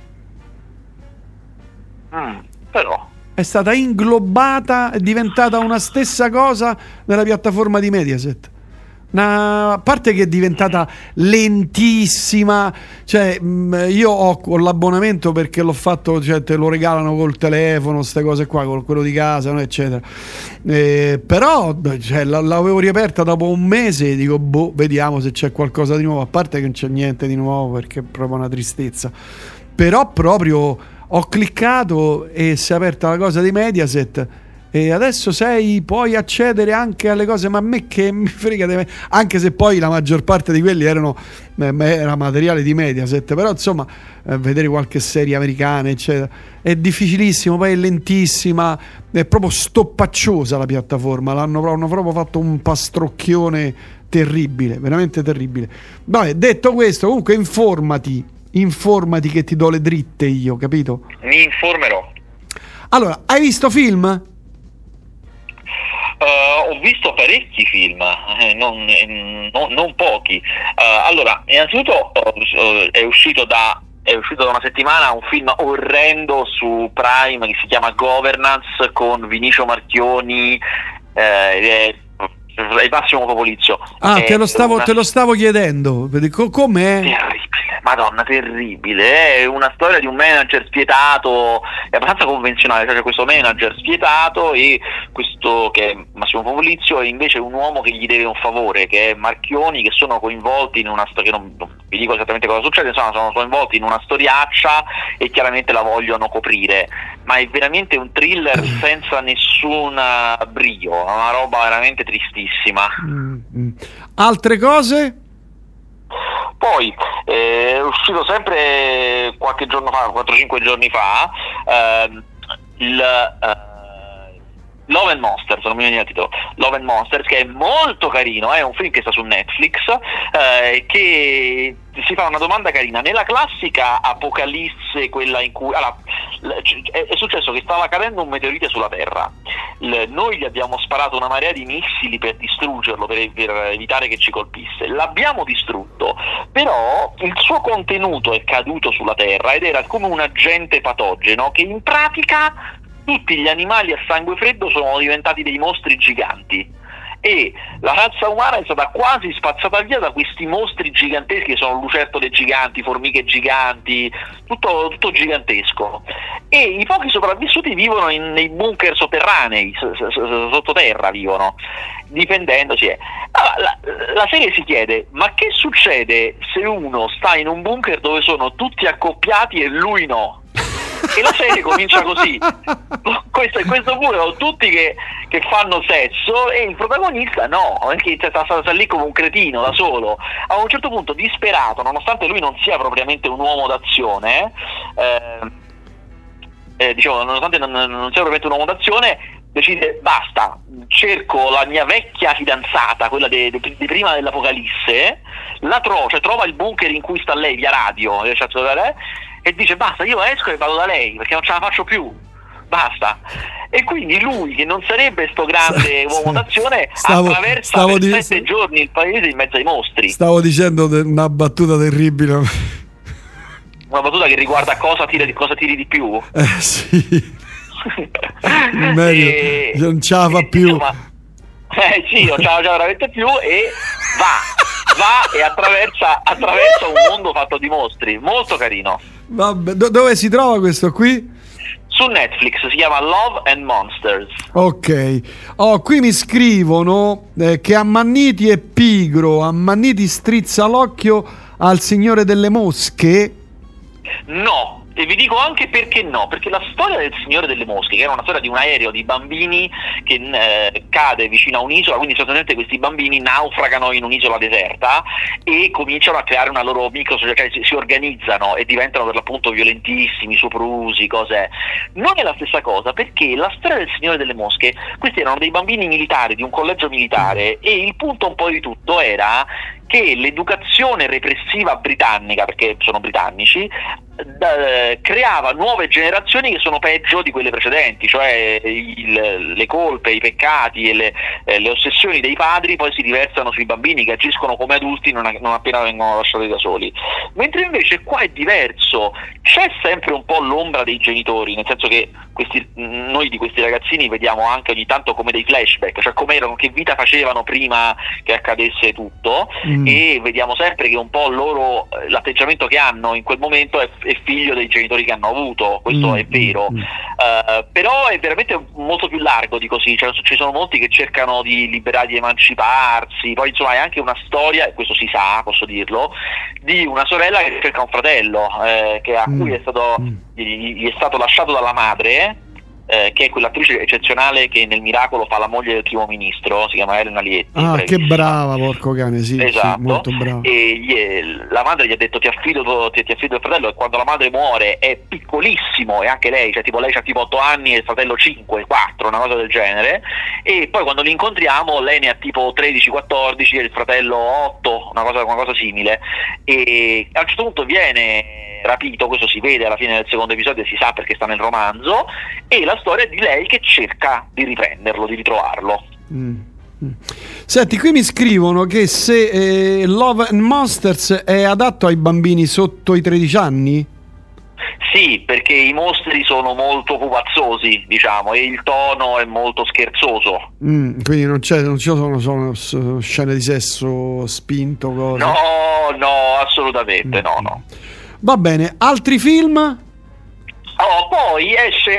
Però è stata inglobata, è diventata una stessa cosa nella piattaforma di Mediaset. A parte che è diventata lentissima, cioè io ho l'abbonamento perché l'ho fatto, cioè te lo regalano col telefono, queste cose qua, con quello di casa, no, eccetera, però cioè, l'avevo riaperta dopo un mese e dico vediamo se c'è qualcosa di nuovo, a parte che non c'è niente di nuovo perché è proprio una tristezza, però proprio ho cliccato e si è aperta la cosa di Mediaset. E adesso puoi accedere anche alle cose, ma a me che mi frega di me, anche se poi la maggior parte di quelli era materiale di Mediaset, però insomma vedere qualche serie americana eccetera è difficilissimo, poi è lentissima, è proprio stoppacciosa la piattaforma, hanno proprio fatto un pastrocchione terribile, veramente terribile. Vabbè, detto questo, comunque informati che ti do le dritte io, capito? Mi informerò. Allora, hai visto film? Ho visto parecchi film, non pochi. Allora, innanzitutto è uscito da una settimana un film orrendo su Prime che si chiama Governance con Vinicio Marchioni e Massimo Popolizio. Te lo stavo chiedendo, com'è? Madonna, terribile, è una storia di un manager spietato, è abbastanza convenzionale, cioè c'è questo manager spietato e questo che è Massimo Popolizio e invece un uomo che gli deve un favore, che è Marchioni, che sono coinvolti in una storia, non vi dico esattamente cosa succede, insomma sono coinvolti in una storiaccia e chiaramente la vogliono coprire, ma è veramente un thriller senza nessun brio, una roba veramente tristissima. Altre cose? Poi è uscito sempre qualche giorno fa, 4-5 giorni fa, Love and Monsters, non mi viene il titolo, Love and Monsters, che è molto carino, è un film che sta su Netflix, che si fa una domanda carina. Nella classica apocalisse, quella in cui è successo che stava cadendo un meteorite sulla Terra, noi gli abbiamo sparato una marea di missili per distruggerlo, per evitare che ci colpisse, l'abbiamo distrutto, però il suo contenuto è caduto sulla Terra ed era come un agente patogeno che in pratica tutti gli animali a sangue freddo sono diventati dei mostri giganti e la razza umana è stata quasi spazzata via da questi mostri giganteschi che sono lucertole giganti, formiche giganti, tutto gigantesco, e i pochi sopravvissuti vivono nei bunker sotterranei, sottoterra vivono, difendendosi. La serie si chiede: ma che succede se uno sta in un bunker dove sono tutti accoppiati e lui no? E la serie comincia così. Questo pure sono tutti che fanno sesso e il protagonista no, perché sta lì come un cretino da solo. A un certo punto, disperato, nonostante lui non sia propriamente un uomo d'azione, diciamo, nonostante non sia propriamente un uomo d'azione, decide basta, cerco la mia vecchia fidanzata, quella di prima dell'Apocalisse, trova il bunker in cui sta lei via radio, e dice basta, io esco e vado da lei perché non ce la faccio più, basta. E quindi lui, che non sarebbe sto grande uomo d'azione, attraversa per 7 giorni il paese in mezzo ai mostri. Stavo dicendo una battuta terribile. Una battuta che riguarda cosa tiri di più. Sì. Meglio, non ce la fa più. Insomma, sì, non ce la fa veramente più e va e attraversa un mondo fatto di mostri, molto carino. Vabbè, dove si trova questo qui? Su Netflix, si chiama Love and Monsters. Ok. Qui mi scrivono che Ammanniti è pigro, Ammanniti strizza l'occhio al Signore delle Mosche. No, e vi dico anche perché no, perché la storia del Signore delle Mosche, che era una storia di un aereo di bambini che cade vicino a un'isola, quindi sostanzialmente questi bambini naufragano in un'isola deserta e cominciano a creare una loro microsocietà, cioè si organizzano e diventano per l'appunto violentissimi, soprusi, cose. Non è la stessa cosa, perché la storia del Signore delle Mosche, questi erano dei bambini militari di un collegio militare e il punto un po' di tutto era che l'educazione repressiva britannica, perché sono britannici, creava nuove generazioni che sono peggio di quelle precedenti, cioè le colpe, i peccati e le ossessioni dei padri poi si riversano sui bambini che agiscono come adulti non appena vengono lasciati da soli. Mentre invece qua è diverso, c'è sempre un po' l'ombra dei genitori, nel senso che noi di questi ragazzini vediamo anche ogni tanto come dei flashback, cioè come erano, che vita facevano prima che accadesse tutto, e vediamo sempre che un po' loro, l'atteggiamento che hanno in quel momento è figlio dei genitori che hanno avuto, questo è vero, però è veramente molto più largo di così, cioè, ci sono molti che cercano di liberare, di emanciparsi, poi insomma è anche una storia, e questo si sa, posso dirlo, di una sorella che cerca un fratello a cui gli è stato lasciato dalla madre, che è quell'attrice eccezionale che nel Miracolo fa la moglie del primo ministro, si chiama Elena Lietti. Che brava, porco cane, sì, esatto. Sì, molto brava. E la madre gli ha detto ti affido il fratello, e quando la madre muore è piccolissimo, e anche lei, cioè tipo lei ha tipo 8 anni e il fratello 5, 4, una cosa del genere, e poi quando li incontriamo lei ne ha tipo 13-14 e il fratello 8, una cosa simile, e a un certo punto viene rapito, questo si vede alla fine del secondo episodio e si sa perché sta nel romanzo, e la storia è di lei che cerca di riprenderlo, di ritrovarlo. Senti, qui mi scrivono che se Love and Monsters è adatto ai bambini sotto i 13 anni? Sì, perché i mostri sono molto pupazzosi, diciamo, e il tono è molto scherzoso. Quindi non ci sono scene di sesso spinto, cose. No, assolutamente no. Va bene, altri film? Poi esce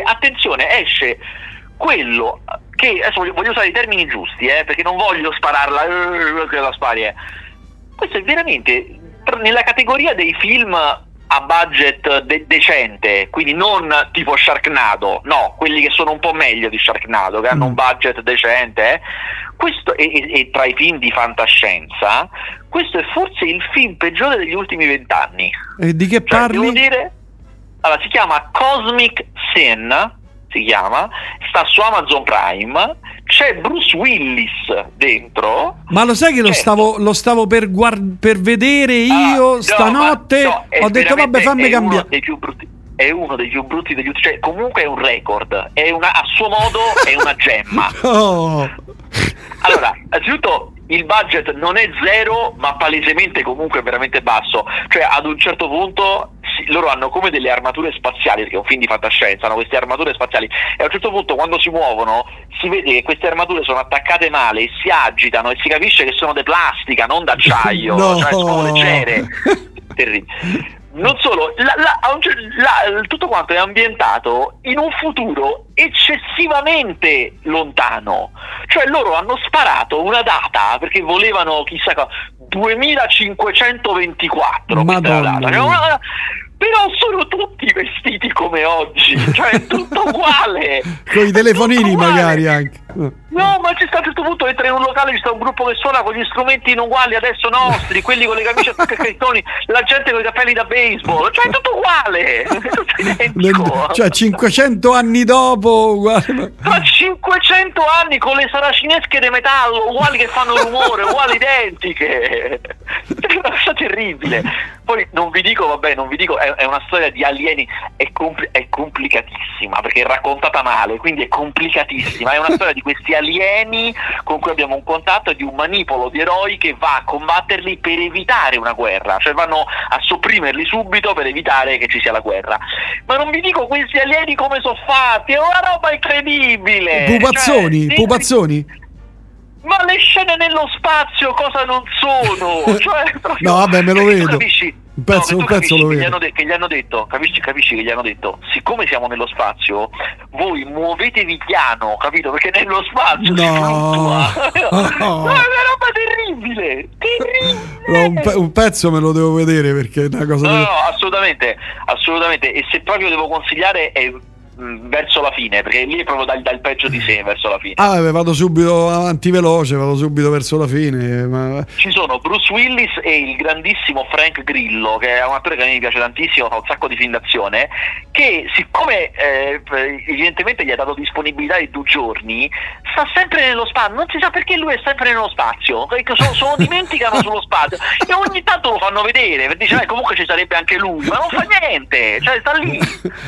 quello che adesso voglio usare i termini giusti, perché non voglio spararla che la spari. Questo è veramente nella categoria dei film a budget decente, quindi non tipo Sharknado, no, quelli che sono un po' meglio di Sharknado, che hanno un budget decente. Questo e tra i film di fantascienza, questo è forse il film peggiore degli ultimi 20 anni. E di che parli? Devo dire, allora, si chiama Cosmic Sin, sta su Amazon Prime, c'è Bruce Willis dentro. Ma lo sai che lo stavo per vedere io stanotte? Ho detto vabbè, fammi cambiare. È uno dei più brutti degli ultimi, cioè comunque è un record, a suo modo è una gemma. Allora, anzitutto il budget non è zero, ma palesemente comunque veramente basso, cioè ad un certo punto loro hanno come delle armature spaziali, perché è un film di fantascienza, hanno queste armature spaziali, e a un certo punto quando si muovono si vede che queste armature sono attaccate male e si agitano e si capisce che sono di plastica, non d'acciaio, cioè sono leggere. Terribile. Non solo, tutto quanto è ambientato in un futuro eccessivamente lontano. Cioè loro hanno sparato una data perché volevano chissà cosa, 2524. Madonna. Data. Però sono tutti vestiti come oggi, cioè è tutto uguale. Con i telefonini magari anche. No, ma c'è stato a un certo punto, entra in un locale, ci sta un gruppo che suona con gli strumenti in uguali adesso nostri, quelli con le camicie a spaccacattoni, la gente con i capelli da baseball, cioè è tutto uguale, è tutto identico. Cioè 500 anni dopo, guarda. Ma 500 anni con le saracinesche di metallo, uguali che fanno rumore, uguali identiche. È una cosa terribile. Poi non vi dico, è una storia di alieni, è complicatissima, perché è raccontata male, quindi è complicatissima. È una storia di questi alieni con cui abbiamo un contatto e di un manipolo di eroi che va a combatterli per evitare una guerra, cioè vanno a sopprimerli subito per evitare che ci sia la guerra. Ma non vi dico questi alieni come sono fatti, è una roba incredibile. Pupazzoni, cioè, pupazzoni. Ma le scene nello spazio cosa non sono? Cioè, no, vabbè, me lo vedo. Capisci? Un pezzo lo vedo. Che gli hanno detto, capisci che gli hanno detto, siccome siamo nello spazio, voi muovetevi piano, capito? Perché nello spazio si fluttua. No, è una roba terribile. No, un pezzo me lo devo vedere perché è una cosa. No, assolutamente. E se proprio devo consigliare è verso la fine, perché lì è proprio dal peggio di sé verso la fine. Vado subito avanti veloce, vado subito verso la fine. Ma... Ci sono Bruce Willis e il grandissimo Frank Grillo, che è un attore che a me mi piace tantissimo, fa un sacco di film d'azione, che siccome evidentemente gli ha dato disponibilità di 2 giorni, sta sempre nello spazio, non si sa perché lui è sempre nello spazio, perché solo dimenticano sullo spazio e ogni tanto lo fanno vedere, per dire comunque ci sarebbe anche lui, ma non fa niente, cioè sta lì.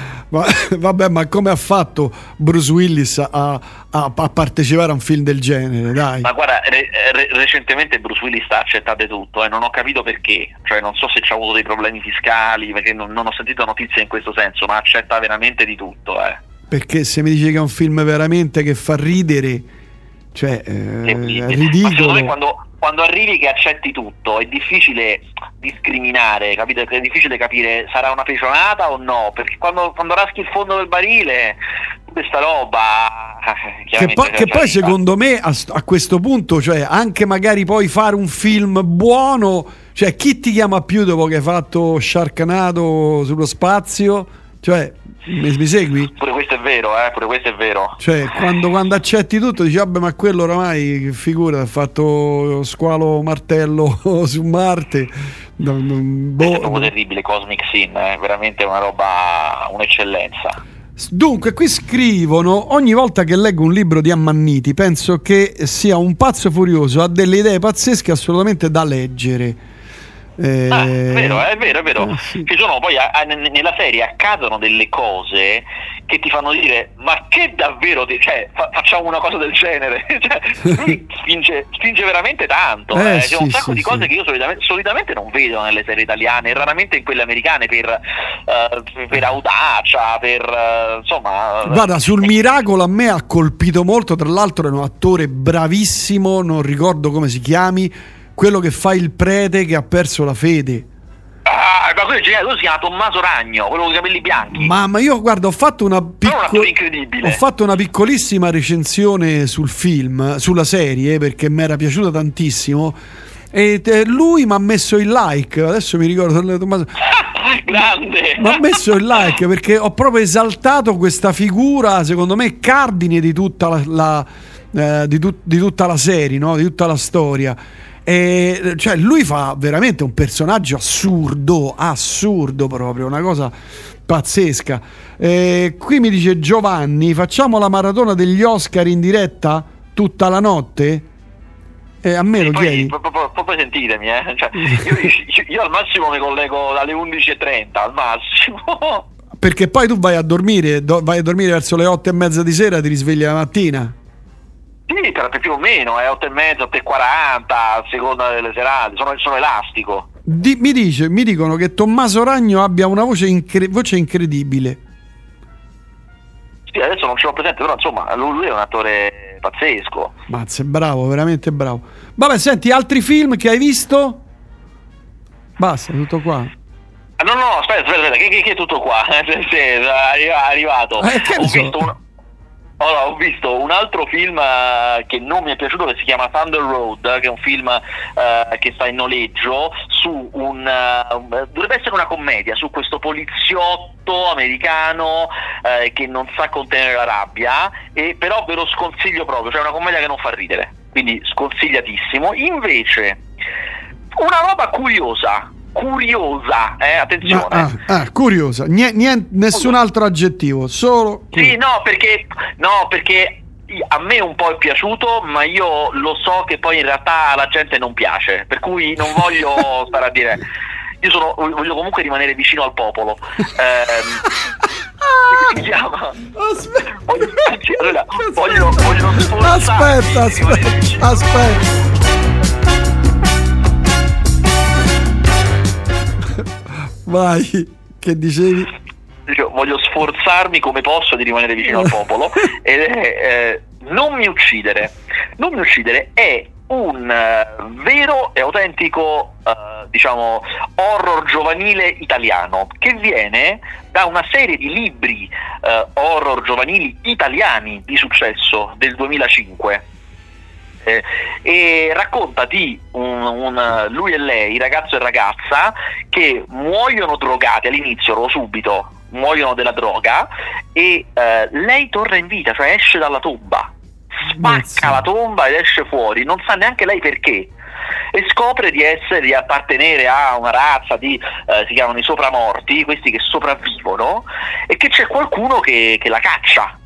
Vabbè, ma come ha fatto Bruce Willis a partecipare a un film del genere, dai? Ma guarda, recentemente Bruce Willis sta accettando tutto, non ho capito perché, cioè non so se c'ha avuto dei problemi fiscali, perché non ho sentito notizie in questo senso, ma accetta veramente di tutto, Perché se mi dici che è un film veramente che fa ridere, cioè è ridicolo. Ma secondo me quando arrivi che accetti tutto è difficile discriminare, capito? È difficile capire sarà una pecionata o no, perché quando raschi il fondo del barile questa roba che poi secondo me a questo punto, cioè anche magari poi fare un film buono, cioè chi ti chiama più dopo che hai fatto Sharknado sullo spazio, cioè mi segui? Pure questo è vero, pure questo è vero. Cioè quando accetti tutto dici vabbè, ma quello oramai figura ha fatto squalo martello su Marte. È proprio terribile Cosmic Sin, veramente una roba, un'eccellenza. Dunque qui scrivono: ogni volta che leggo un libro di Ammanniti penso che sia un pazzo furioso, ha delle idee pazzesche assolutamente da leggere. È vero. Sì. Ci sono poi nella serie accadono delle cose che ti fanno dire ma che davvero facciamo una cosa del genere. Cioè, lui spinge veramente tanto. C'è un sacco di cose che io solitamente non vedo nelle serie italiane e raramente in quelle americane per audacia, insomma. Guarda, sul Miracolo a me ha colpito molto, tra l'altro è un attore bravissimo, non ricordo come si chiami, quello che fa il prete che ha perso la fede. Ma quello si chiama Tommaso Ragno, quello con i capelli bianchi. Ma io guarda, ho fatto una piccolissima recensione sul film, sulla serie, perché mi era piaciuta tantissimo e lui mi ha messo il like, adesso mi ricordo Tommaso. Grande. Mi ha messo il like perché ho proprio esaltato questa figura, secondo me cardine di tutta di tutta la serie, no? Di tutta la storia. Cioè lui fa veramente un personaggio assurdo proprio, una cosa pazzesca. Qui mi dice Giovanni: facciamo la maratona degli Oscar in diretta tutta la notte? A me lo chiedi? Proprio sentitemi, cioè, io al massimo mi collego alle 11:30 al massimo. Perché poi tu vai a dormire verso le 8:30 di sera, ti risvegli la mattina. Sì, più o meno, 8:30, 8:40 a seconda delle serate, sono elastico. Mi dicono che Tommaso Ragno abbia una voce incredibile. Sì, adesso non ce l'ho presente, però insomma lui è un attore pazzesco. Mazza, è bravo, veramente bravo. Vabbè, senti, altri film che hai visto? Basta, tutto qua. No, aspetta, che è tutto qua? È arrivato. Ho visto un altro film che non mi è piaciuto, che si chiama Thunder Road, che è un film che sta in noleggio su dovrebbe essere una commedia su questo poliziotto americano che non sa contenere la rabbia, però ve lo sconsiglio proprio, cioè è una commedia che non fa ridere, quindi sconsigliatissimo. Invece una roba curiosa, attenzione. Curiosa, nessun altro aggettivo, solo sì, no, perché a me un po' è piaciuto, ma io lo so che poi in realtà alla gente non piace, per cui non voglio stare a dire. Voglio comunque rimanere vicino al popolo. Si chiama. Voglio Aspetta. Vai, che dicevi? Voglio sforzarmi come posso di rimanere vicino al popolo ed è Non mi uccidere. Non mi uccidere è un vero e autentico horror giovanile italiano che viene da una serie di libri horror giovanili italiani di successo del 2005. E racconta di lui e lei, ragazzo e ragazza, che muoiono drogati all'inizio, subito muoiono della droga, e lei torna in vita, cioè esce dalla tomba, spacca la tomba ed esce fuori, non sa neanche lei perché, e scopre di appartenere a una razza si chiamano i sopramorti, questi che sopravvivono, e che c'è qualcuno che la caccia.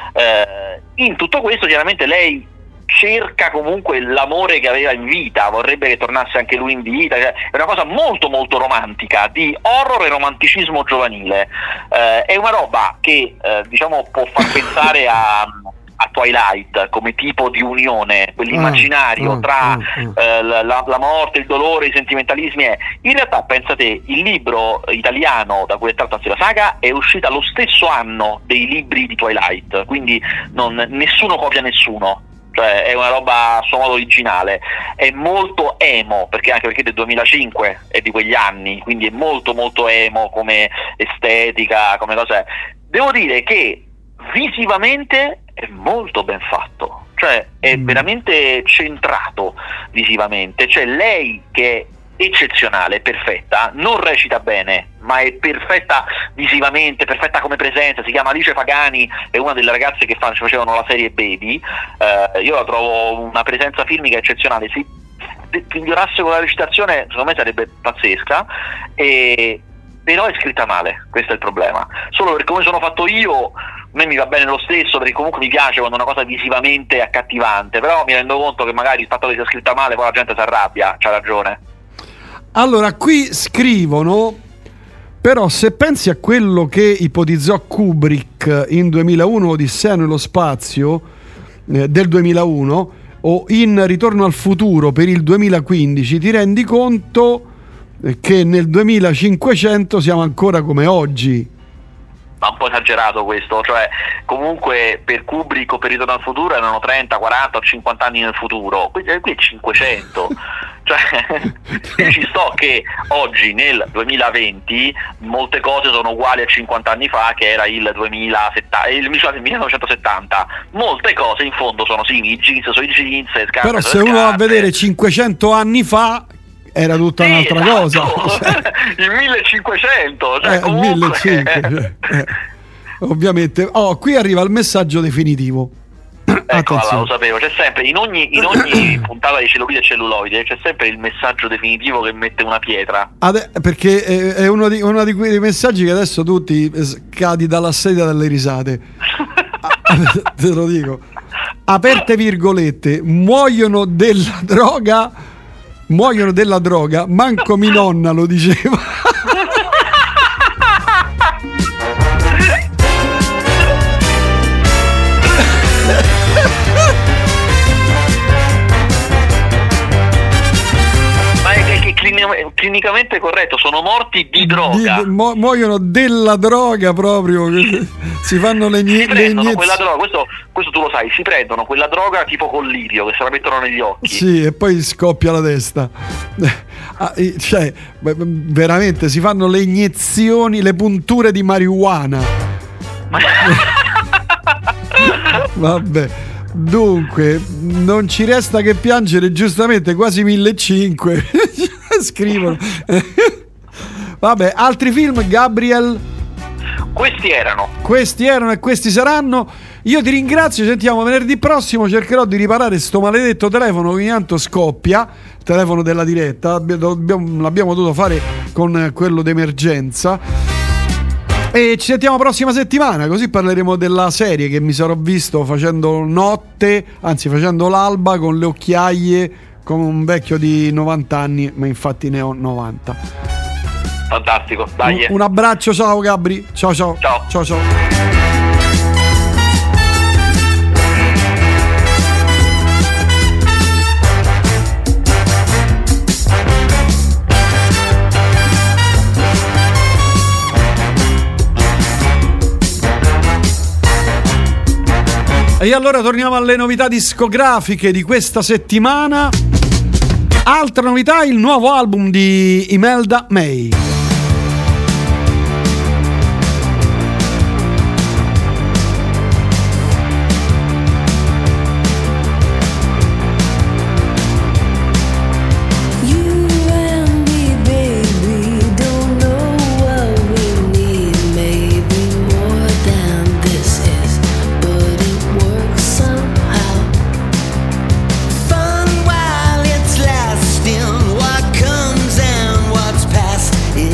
In tutto questo chiaramente lei cerca comunque l'amore che aveva in vita, vorrebbe che tornasse anche lui in vita, è una cosa molto molto romantica, di horror e romanticismo giovanile. È una roba che può far pensare a Twilight come tipo di unione, quell'immaginario tra la morte, il dolore, i sentimentalismi. In realtà, pensate, il libro italiano da cui è tratta la saga è uscita lo stesso anno dei libri di Twilight, quindi nessuno copia nessuno. Cioè è una roba a suo modo originale, è molto emo, anche perché del 2005 è di quegli anni, quindi è molto molto emo come estetica, come cose. Devo dire che visivamente è molto ben fatto, cioè è veramente centrato visivamente, cioè lei che è eccezionale, perfetta, non recita bene, ma è perfetta visivamente, perfetta come presenza. Si chiama Alice Pagani, è una delle ragazze che facevano la serie Baby. Io la trovo una presenza filmica eccezionale. Se migliorasse con la recitazione, secondo me sarebbe pazzesca, però è scritta male, questo è il problema. Solo perché come sono fatto io, a me mi va bene lo stesso, perché comunque mi piace quando una cosa visivamente è accattivante, però mi rendo conto che magari il fatto che sia scritta male poi la gente si arrabbia. C'ha ragione. Allora, qui scrivono, però se pensi a quello che ipotizzò Kubrick in 2001, Odissea nello spazio del 2001, o in Ritorno al futuro per il 2015, ti rendi conto che nel 2500 siamo ancora come oggi. Ma un po' esagerato questo, cioè comunque per Kubrick o per Ritorno al futuro erano 30, 40 o 50 anni nel futuro, qui è 500. Cioè ci sto che oggi nel 2020 molte cose sono uguali a 50 anni fa, che era il 1970. Molte cose in fondo sono simili, i jeans sono i jeans, scarpe. Però se uno va a vedere 500 anni fa era tutta un'altra cosa. Il 1500, cioè comunque... 1500, ovviamente. Qui arriva il messaggio definitivo. Eccola, lo sapevo, c'è sempre in ogni puntata di Cellulite e Celluloide c'è sempre il messaggio definitivo che mette una pietra. Perché è uno di quei messaggi che adesso tu ti cadi dalla sedia dalle risate. Te lo dico. Aperte virgolette, muoiono della droga, manco mi nonna lo diceva. politicamente corretto, sono morti di droga. Muoiono della droga proprio, si fanno le prendono quella droga, questo tu lo sai, si prendono quella droga tipo collirio che se la mettono negli occhi. Sì, e poi scoppia la testa. Cioè, veramente si fanno le iniezioni, le punture di marijuana. Vabbè. Dunque, non ci resta che piangere, giustamente quasi 1.500 scrivono. Vabbè, altri film, Gabriel? Questi erano e questi saranno. Io ti ringrazio, ci sentiamo venerdì prossimo. Cercherò di riparare sto maledetto telefono che ogni tanto scoppia, il telefono della diretta. L'abbiamo dovuto fare con quello d'emergenza. E ci sentiamo prossima settimana, così parleremo della serie che mi sarò visto facendo notte, anzi facendo l'alba con le occhiaie, come un vecchio di 90 anni, ma infatti ne ho 90. Fantastico, dai. Un abbraccio, ciao Gabri. Ciao. E allora torniamo alle novità discografiche di questa settimana. Altra novità, il nuovo album di Imelda May. Fun while it's lasting, what comes and what's past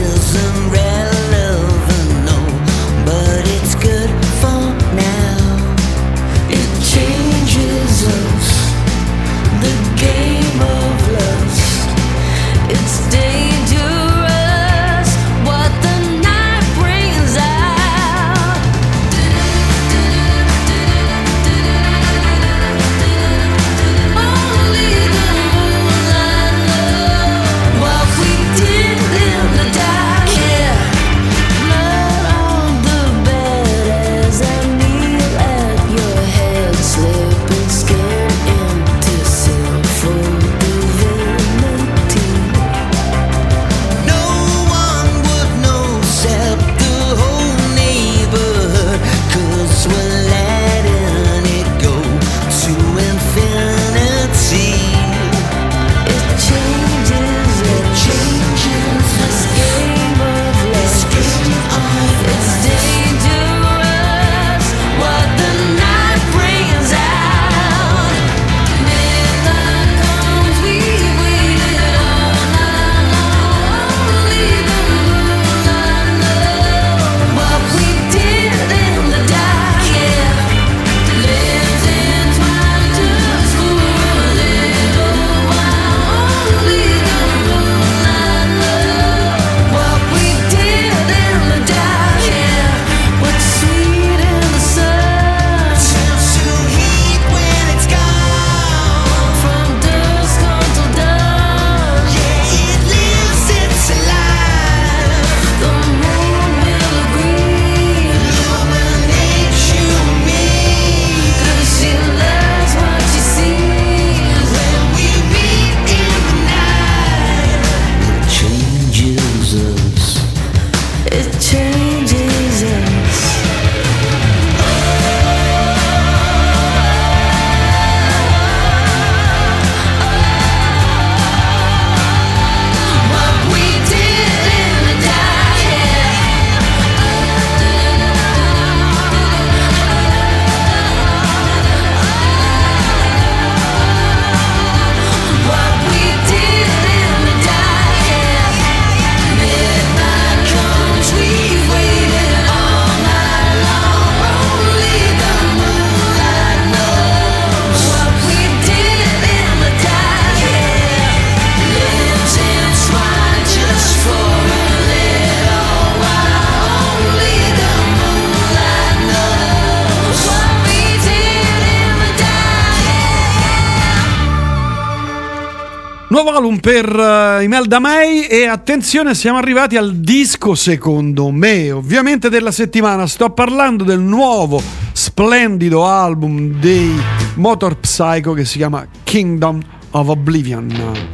Nuovo album per Imelda May, e attenzione, siamo arrivati al disco secondo me ovviamente della settimana. Sto parlando del nuovo splendido album dei Motor Psycho che si chiama Kingdom of Oblivion.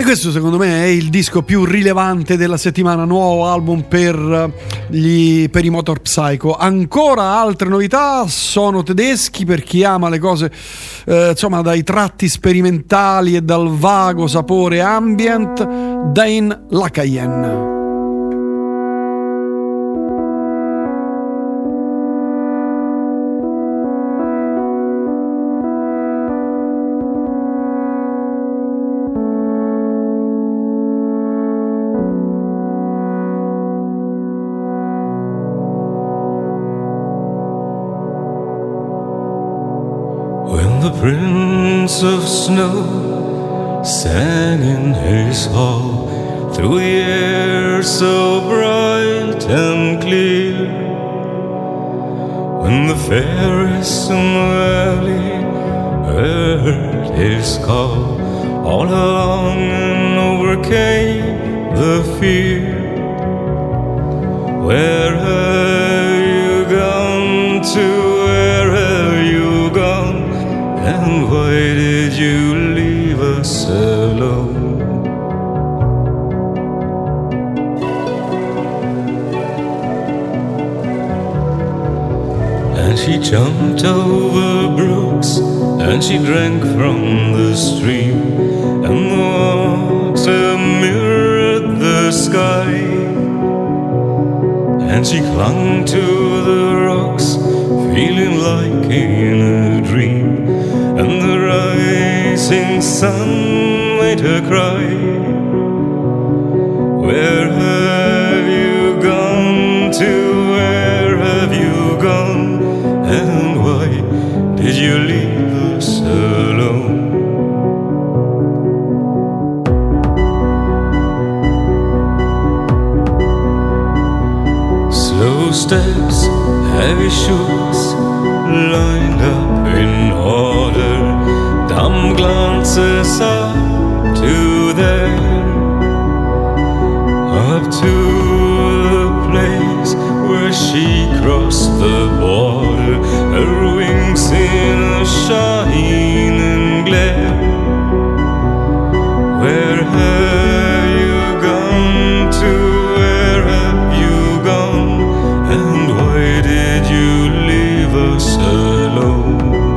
E questo secondo me è il disco più rilevante della settimana, nuovo album per i Motor Psycho. Ancora altre novità, sono tedeschi, per chi ama le cose insomma dai tratti sperimentali e dal vago sapore ambient, Dane Lakaien. The Prince of Snow sang in his hall through the air so bright and clear. When the fairest in the valley heard his call, all along and overcame the fear. Where have you gone to? Where have you gone? And why did you leave us alone? And she jumped over brooks, and she drank from the stream, and the water mirrored the sky. And she clung to the rocks, feeling like in a dream. And the rising sun made her cry. Where have you gone to? Where have you gone? And why did you leave us alone? Slow steps, heavy shoes, lined up in order, dumb glances up to there, up to the place where she crossed the border, her wings in a shining glare. Where have you gone to? Where have you gone? And why did you leave us alone?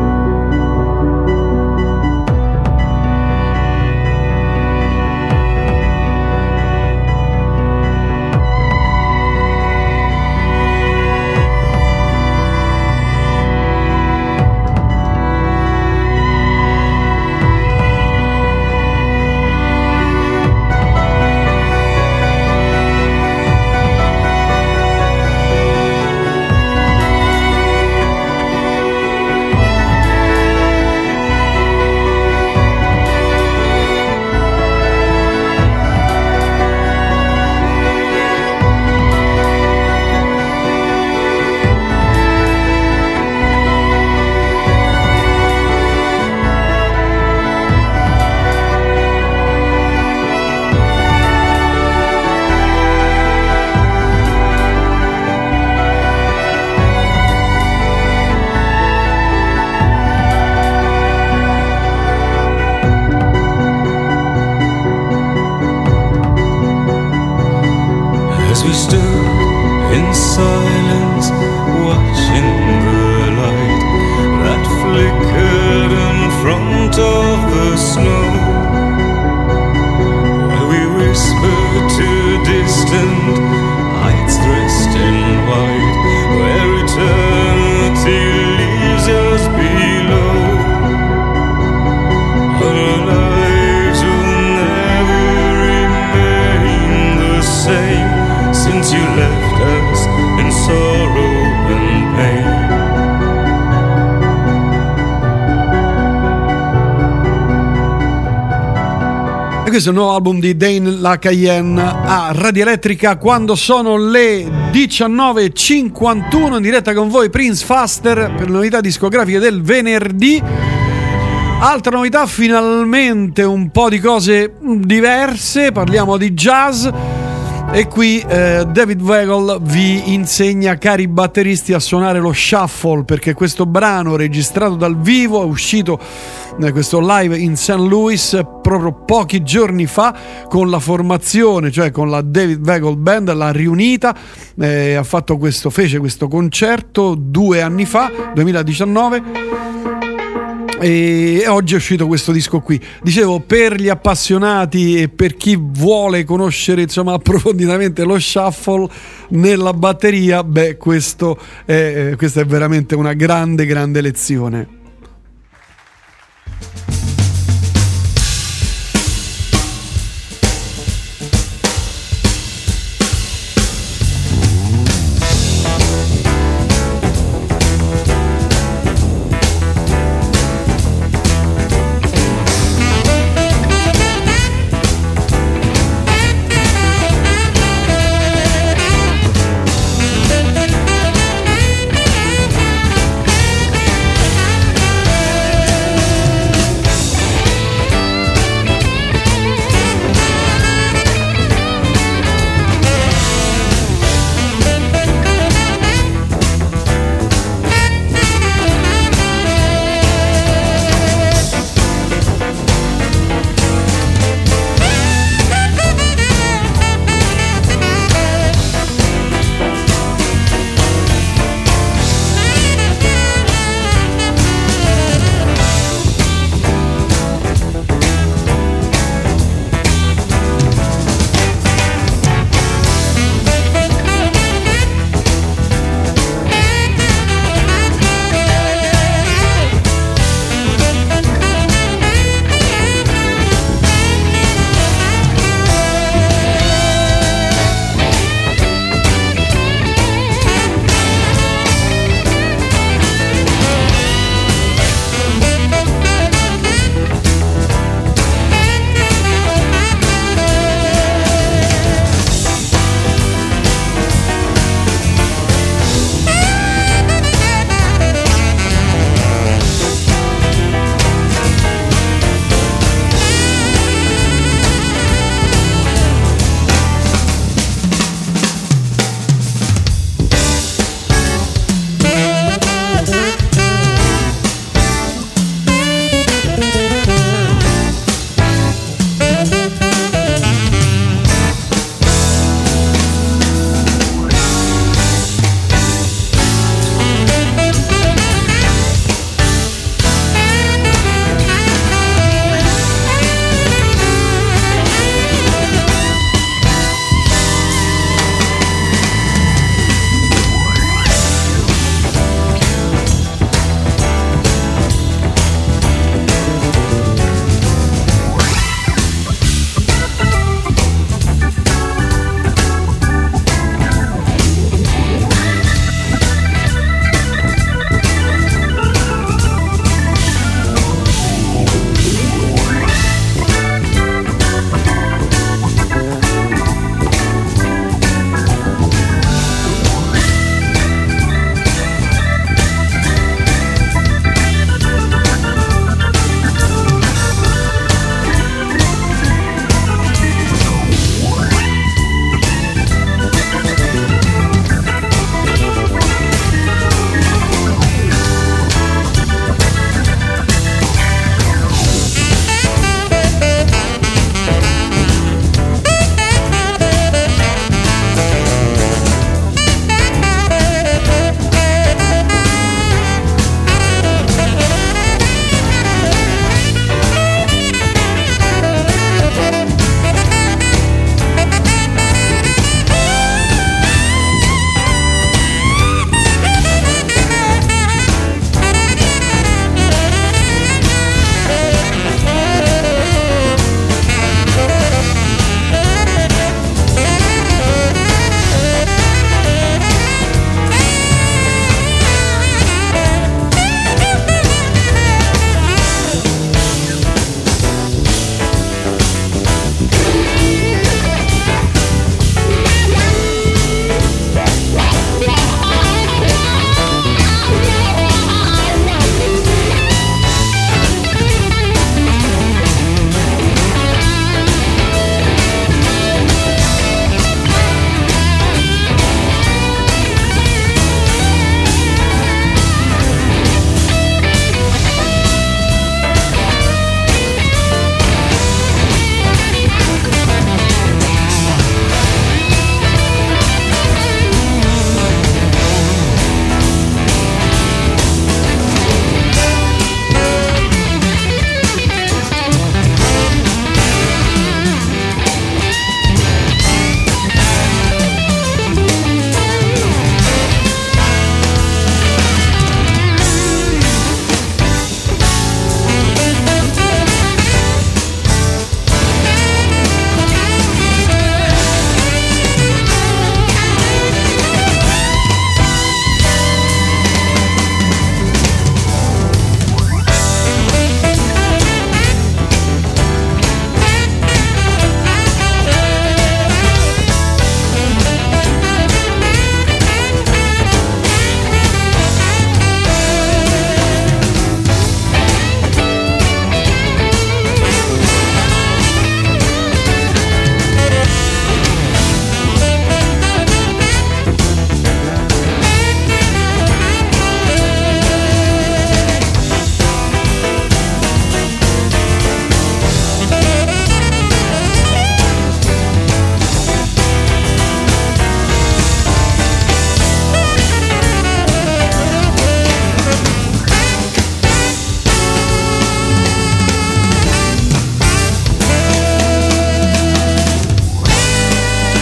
Questo è il nuovo album di Dane Lakaien a Radio Elettrica quando sono le 19.51, in diretta con voi Prince Faster per le novità discografiche del venerdì. Altra novità, finalmente un po' di cose diverse, parliamo di jazz. E qui David Weigel vi insegna, cari batteristi, a suonare lo shuffle, perché questo brano registrato dal vivo è uscito questo live in St. Louis proprio pochi giorni fa con la formazione, cioè con la David Weigel Band, l'ha riunita, fece questo concerto 2 anni fa, 2019. E oggi è uscito questo disco qui. Dicevo, per gli appassionati e per chi vuole conoscere approfonditamente lo shuffle nella batteria, questa è veramente una grande lezione.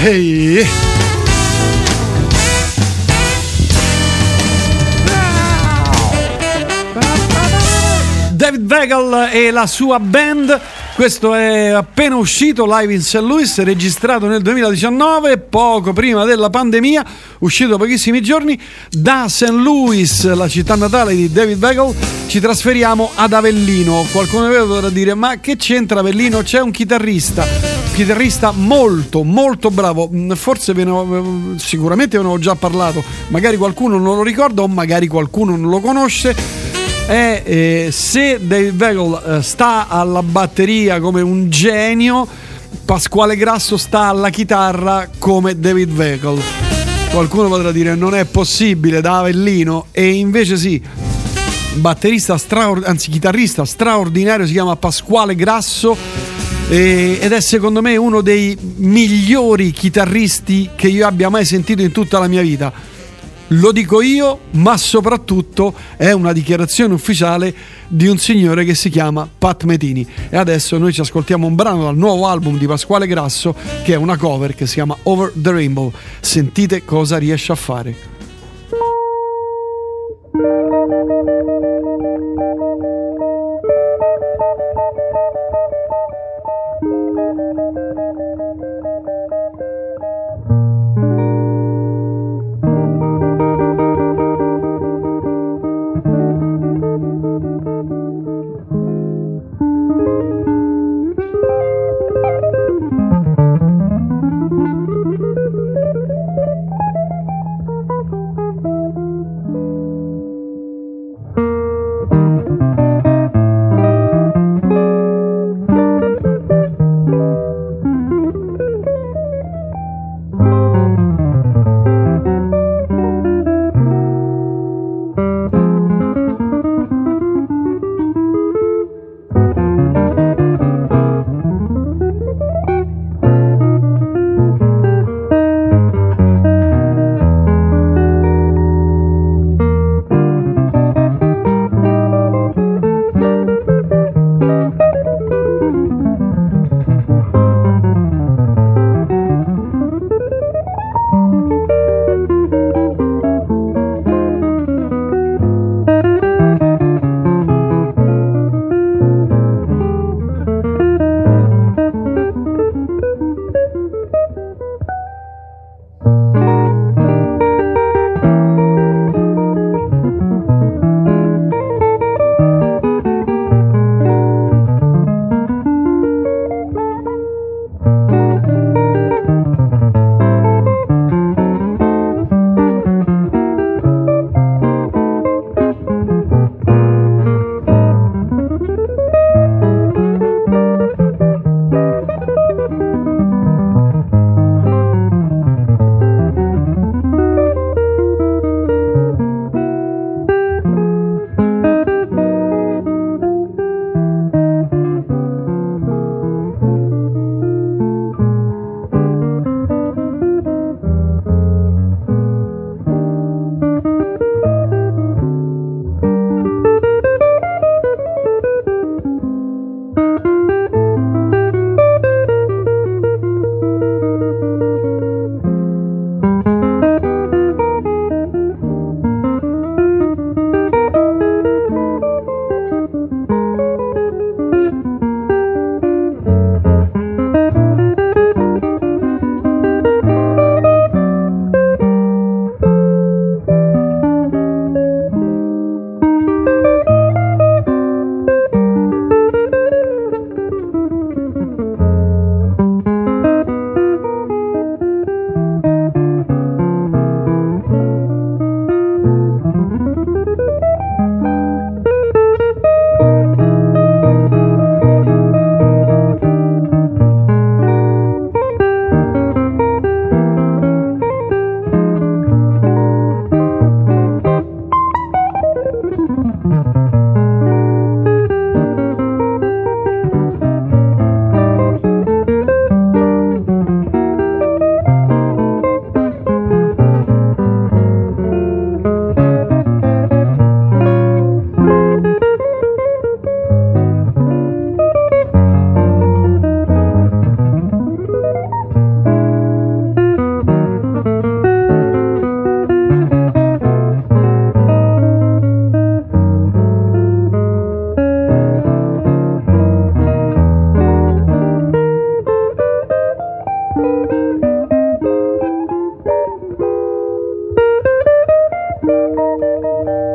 Ehi. David Weigel e la sua band. Questo è appena uscito live in St. Louis, registrato nel 2019, poco prima della pandemia, uscito pochissimi giorni. Da St. Louis, la città natale di David Weigel, ci trasferiamo ad Avellino. Qualcuno dovrà dire: ma che c'entra Avellino? C'è un chitarrista molto molto bravo, forse sicuramente ve ne ho già parlato, magari qualcuno non lo ricorda o magari qualcuno non lo conosce. Se David Weigel sta alla batteria come un genio, Pasquale Grasso sta alla chitarra come David Weigel. Qualcuno potrà dire: non è possibile, da Avellino. E invece sì, chitarrista straordinario, si chiama Pasquale Grasso ed è secondo me uno dei migliori chitarristi che io abbia mai sentito in tutta la mia vita. Lo dico io, ma soprattutto è una dichiarazione ufficiale di un signore che si chiama Pat Metini. E adesso noi ci ascoltiamo un brano dal nuovo album di Pasquale Grasso, che è una cover che si chiama Over the Rainbow. Sentite cosa riesce a fare.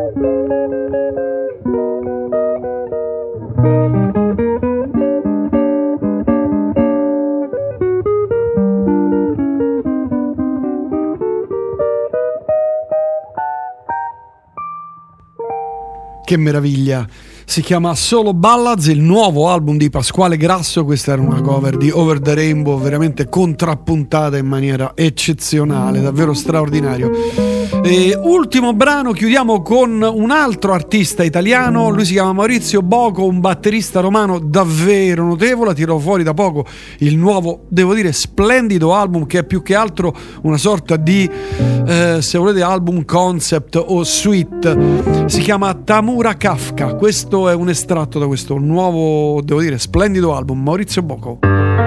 Che meraviglia! Si chiama Solo Ballads, il nuovo album di Pasquale Grasso. Questa era una cover di Over the Rainbow, veramente contrappuntata in maniera eccezionale, davvero straordinario. E ultimo brano, chiudiamo con un altro artista italiano, lui si chiama Maurizio Boco, un batterista romano davvero notevole. Tirò fuori da poco il nuovo, devo dire, splendido album, che è più che altro una sorta di, se volete, album concept o suite. Si chiama Tamura Kafka. Questo è un estratto da questo nuovo, devo dire, splendido album, Maurizio Boco.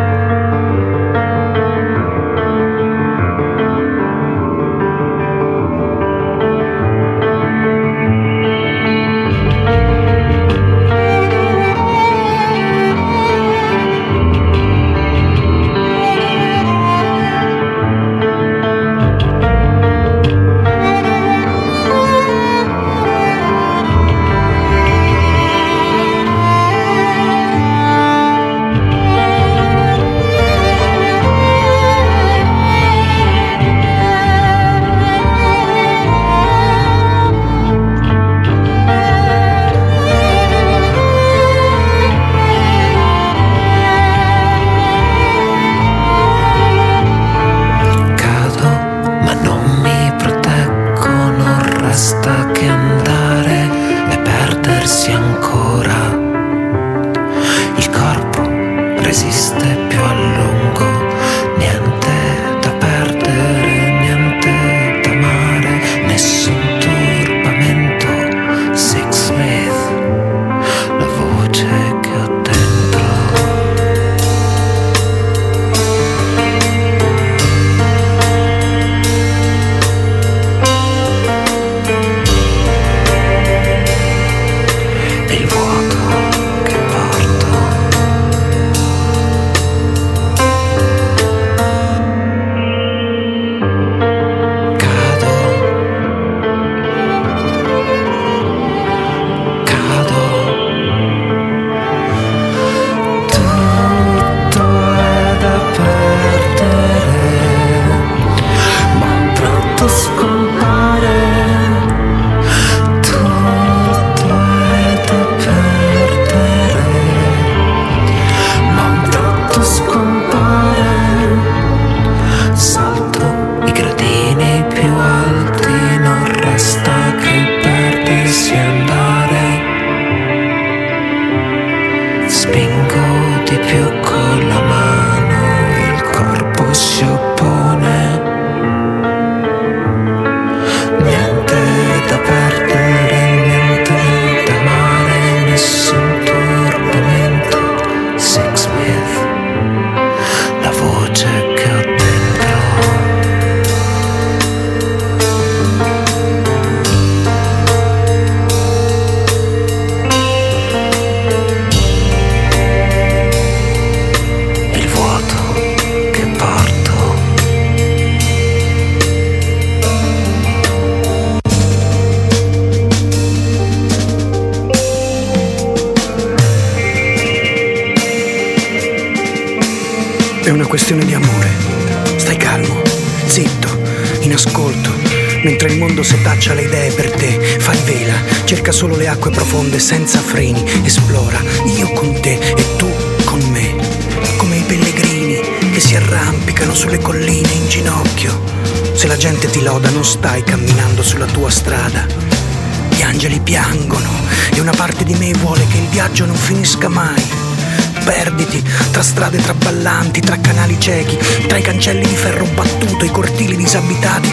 Questione di amore. Stai calmo, zitto, in ascolto. Mentre il mondo setaccia le idee per te, fai vela, cerca solo le acque profonde senza freni, esplora, io con te e tu con me. Come i pellegrini che si arrampicano sulle colline in ginocchio. Se la gente ti loda non stai camminando sulla tua strada. Gli angeli piangono e una parte di me vuole che il viaggio non finisca mai. Perditi tra strade traballanti, tra canali ciechi, tra i cancelli di ferro battuto, i cortili disabitati.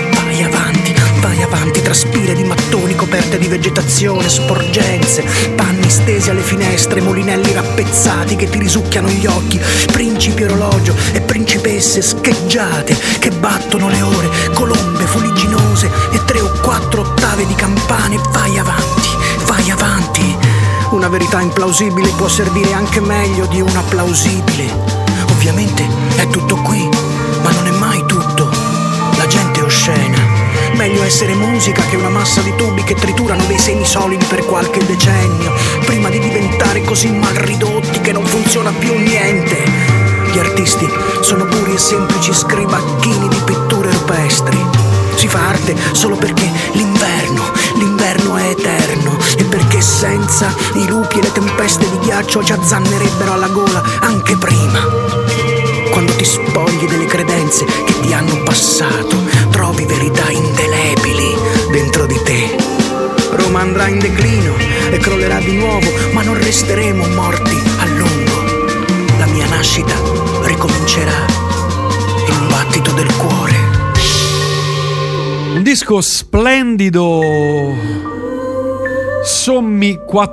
Vai avanti, tra spire di mattoni coperte di vegetazione, sporgenze, panni stesi alle finestre, molinelli rappezzati che ti risucchiano gli occhi, principi orologio e principesse scheggiate che battono le ore, colombe fuligginose e 3 o 4 ottave di campane. Vai avanti. Una verità implausibile può servire anche meglio di una plausibile. Ovviamente è tutto qui, ma non è mai tutto. La gente è oscena. Meglio essere musica che una massa di tubi che triturano dei semi solidi per qualche decennio, prima di diventare così mal ridotti che non funziona più niente. Gli artisti sono puri e semplici scribacchini di pitture rupestri. Si fa arte solo perché l'inverno è eterno e perché senza i lupi e le tempeste di ghiaccio ci azzannerebbero alla gola anche prima. Quando ti spogli delle credenze che ti hanno passato, trovi verità indelebili dentro di te. Roma andrà in declino e crollerà di nuovo, ma non resteremo morti a lungo. La mia nascita ricomincerà in un battito del cuore. Un disco splendido, Sommi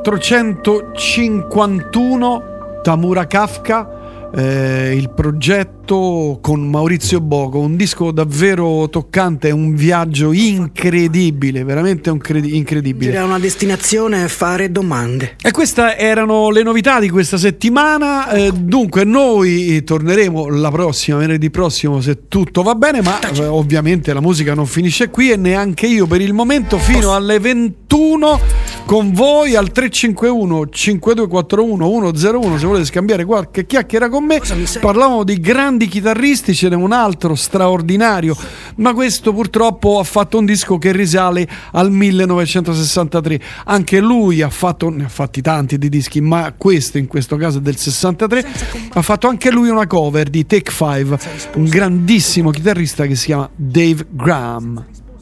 451, Tamura Kafka, il progetto con Maurizio Boco, un disco davvero toccante, un viaggio incredibile, veramente incredibile. Era una destinazione fare domande. E queste erano le novità di questa settimana. Dunque noi torneremo la prossima, venerdì prossimo, se tutto va bene, ma ovviamente la musica non finisce qui e neanche io per il momento, fino alle 21 con voi al 351 5241 101 se volete scambiare qualche chiacchiera con me. Parlavamo di grandi chitarristi, ce n'è un altro straordinario, ma questo purtroppo ha fatto un disco che risale al 1963. Anche lui ne ha fatti tanti di dischi, ma questo in questo caso è del 63. Ha fatto anche lui una cover di Take 5, un grandissimo chitarrista che si chiama Dave Graham.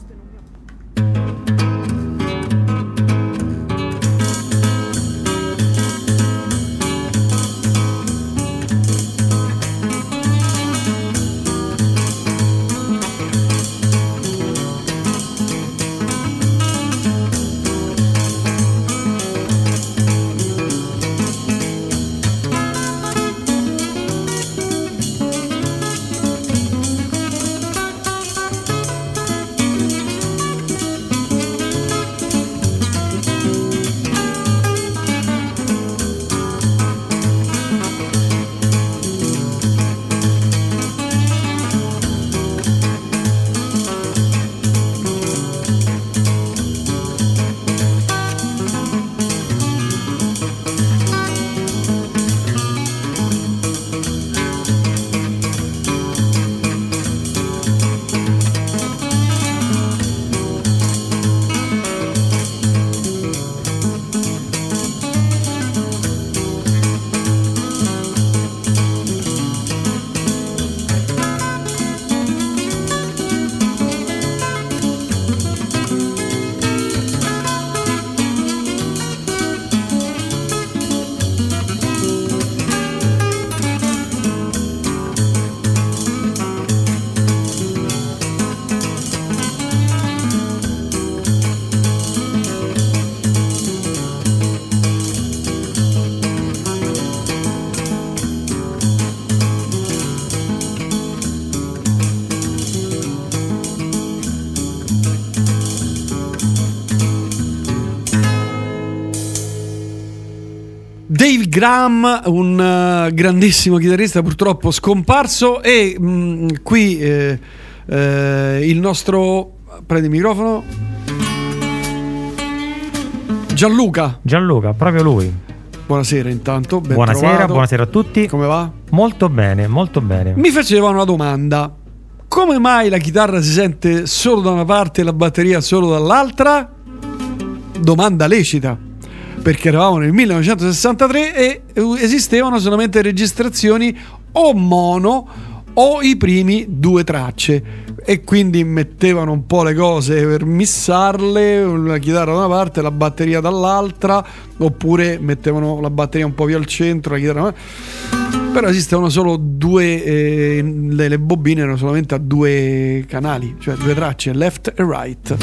Dave Graham, un grandissimo chitarrista purtroppo scomparso, e qui il nostro, prendi il microfono, Gianluca, proprio lui. Buonasera intanto, ben buonasera, trovato. Buonasera a tutti. Come va? Molto bene, molto bene. Mi faceva una domanda: come mai la chitarra si sente solo da una parte e la batteria solo dall'altra? Domanda lecita, perché eravamo nel 1963 e esistevano solamente registrazioni o mono o i primi 2 tracce, e quindi mettevano un po' le cose per missarle, la chitarra da una parte e la batteria dall'altra, oppure mettevano la batteria un po' più al centro, la chitarra. Però esistevano solo 2, le bobine erano solamente a 2 canali, cioè 2 tracce, left e right.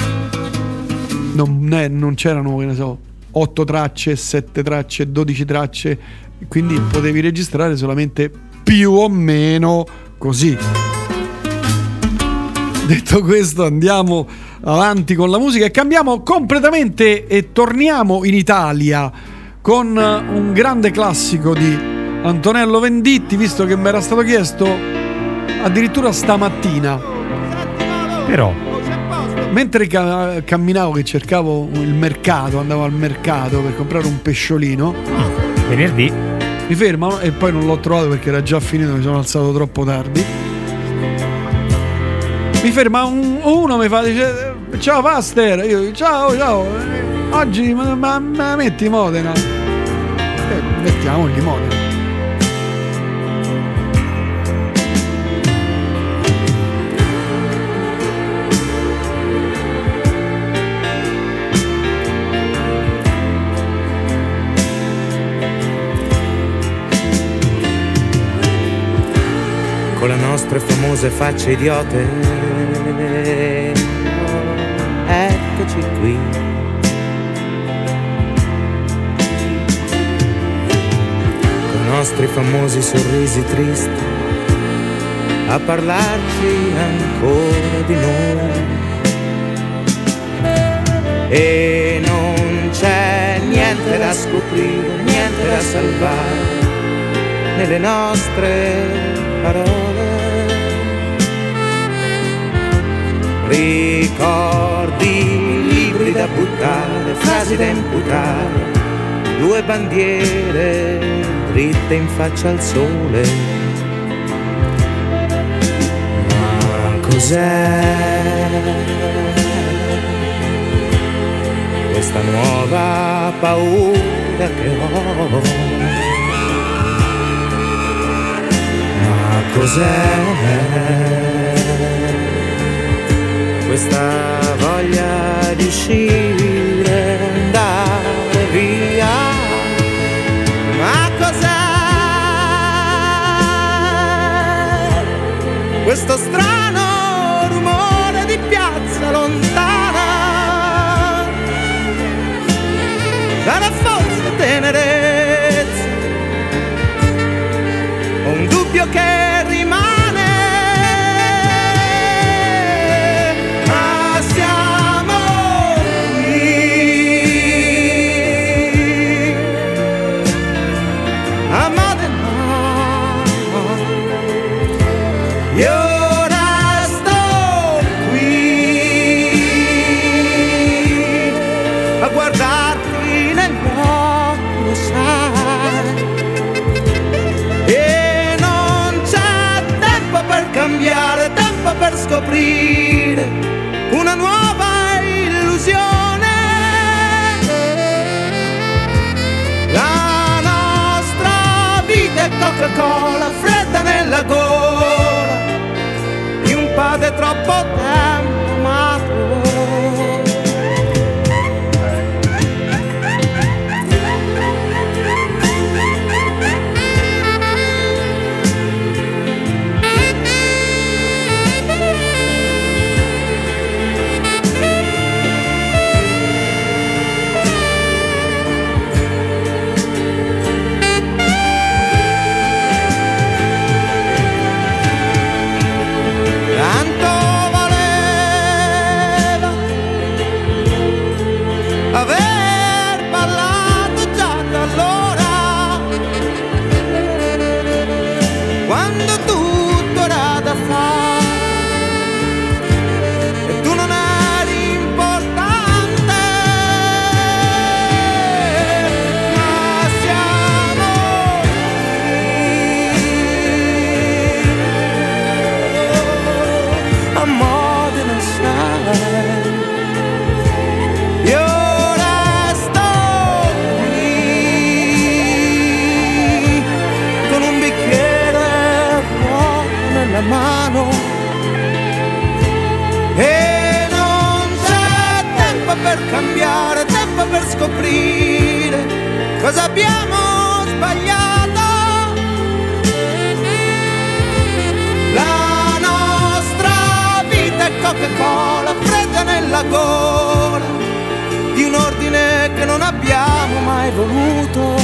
Non c'erano, che ne so, 8 tracce, 7 tracce, 12 tracce, quindi potevi registrare solamente più o meno così. Detto questo, andiamo avanti con la musica e cambiamo completamente e torniamo in Italia con un grande classico di Antonello Venditti, visto che mi era stato chiesto addirittura stamattina. Però mentre camminavo, che cercavo il mercato, andavo al mercato per comprare un pesciolino. Venerdì. Mi fermano e poi non l'ho trovato perché era già finito, mi sono alzato troppo tardi. Mi ferma uno, mi fa, dice: ciao Faster. Io: ciao, oggi ma metti Modena? Mettiamo il Modena. Con le nostre famose facce idiote, eccoci qui. Con i nostri famosi sorrisi tristi, a parlarci ancora di noi. E non c'è niente da scoprire, niente da salvare nelle nostre parole. Ricordi, libri da buttare, frasi da imputare, due bandiere dritte in faccia al sole. Ma cos'è questa nuova paura che ho? Cos'è questa voglia di uscire, andare via? Ma cos'è questo strano rumore di piazza lontana? Sarà forse tenerezza, un dubbio che per scoprire una nuova illusione. La nostra vita è Coca-Cola fredda nella gola di un padre troppo tempo amato. Mano e non c'è tempo per cambiare, tempo per scoprire cosa abbiamo sbagliato. La nostra vita è Coca-Cola fredda nella gola di un ordine che non abbiamo mai voluto.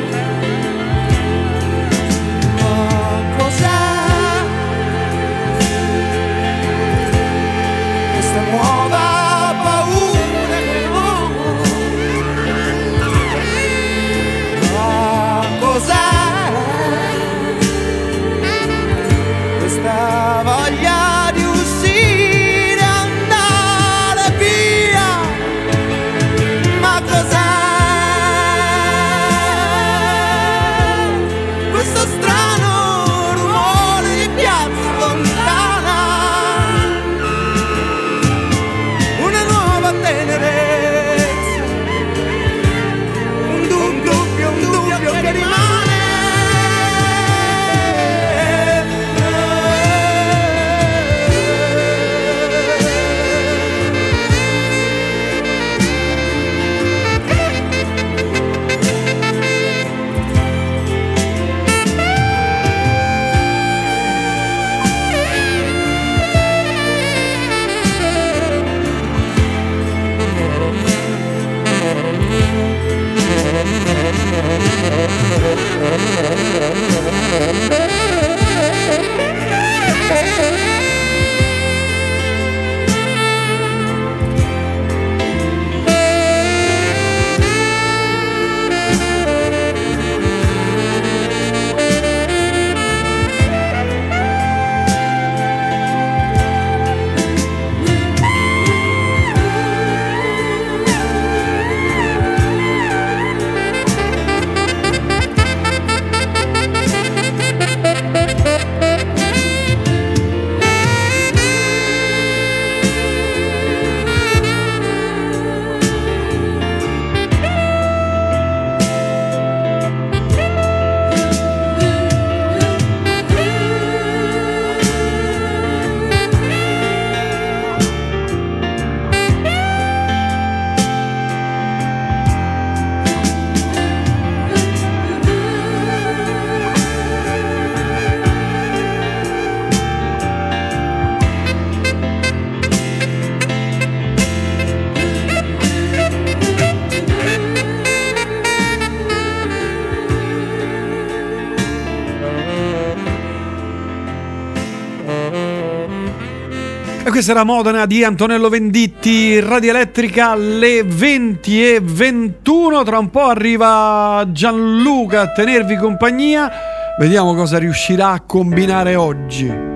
Ma cos'è nuova paura che ho? Ma cos'è questa voglia di uscire, andare ma cos'è questo strano rumore di piazza lontana? Una nuova tenerezza, un dubbio che rimane. Questa era Modena di Antonello Venditti, Radio Elettrica alle 20:21. Tra un po' arriva Gianluca a tenervi compagnia. Vediamo cosa riuscirà a combinare oggi.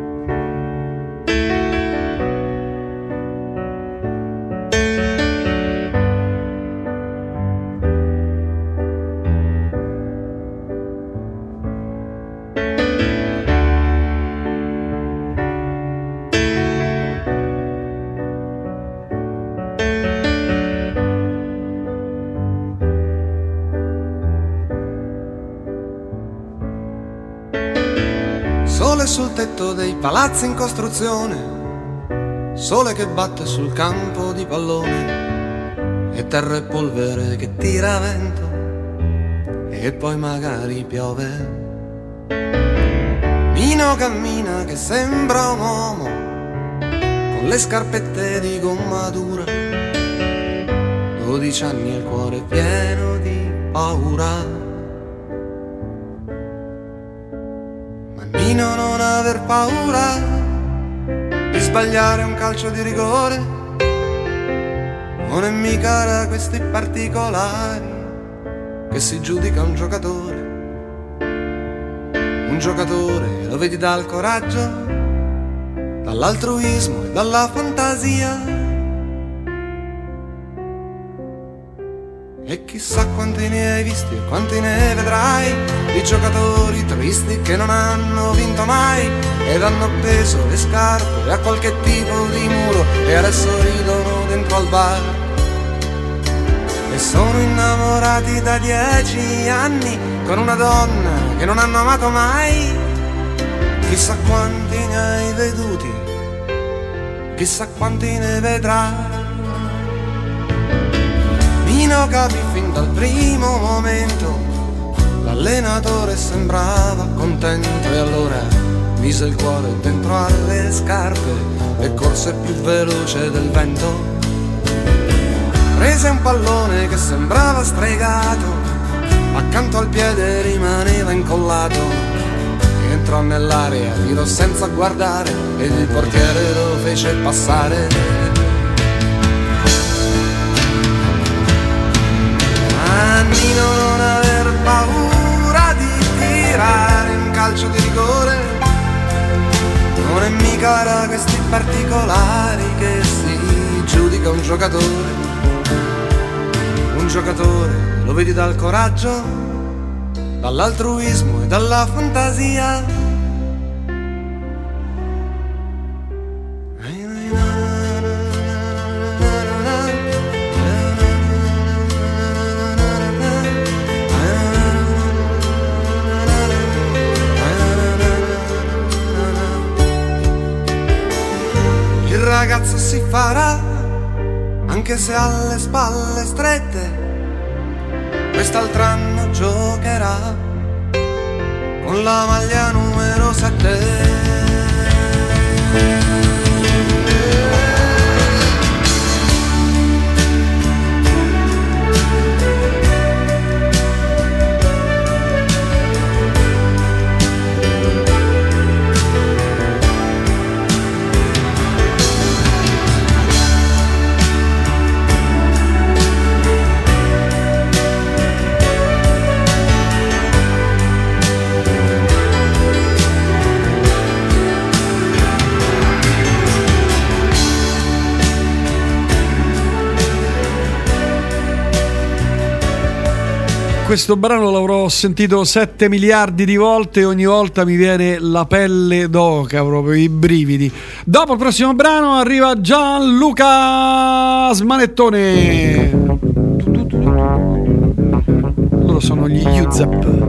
Sole sul tetto dei palazzi in costruzione, sole che batte sul campo di pallone, e terra e polvere che tira vento, e poi magari piove. Nino cammina che sembra un uomo, con le scarpette di gomma dura, 12 anni e il cuore pieno di paura. Nino, non aver paura di sbagliare un calcio di rigore, non è mica da questi particolari che si giudica un giocatore. Un giocatore lo vedi dal coraggio, dall'altruismo e dalla fantasia. E chissà quanti ne hai visti e quanti ne vedrai, di giocatori tristi che non hanno vinto mai, ed hanno appeso le scarpe a qualche tipo di muro e adesso ridono dentro al bar. E sono innamorati da 10 anni con una donna che non hanno amato mai. Chissà quanti ne hai veduti, chissà quanti ne vedrai. Nino capì fin dal primo momento, l'allenatore sembrava contento, e allora mise il cuore dentro alle scarpe e corse più veloce del vento. Prese un pallone che sembrava stregato, accanto al piede rimaneva incollato, entrò nell'area, tirò senza guardare ed il portiere lo fece passare. Nino, non aver paura di tirare un calcio di rigore, non è mica da questi particolari che si giudica un giocatore. giocatore lo vedi dal coraggio, dall'altruismo e dalla fantasia. Il ragazzo si farà anche se ha le spalle strette, quest'altro anno giocherà con la maglia numero 7. Questo brano l'avrò sentito 7 miliardi di volte e ogni volta mi viene la pelle d'oca, proprio i brividi. Dopo il prossimo brano arriva Gianluca Smanettone. Loro sono gli UZEP.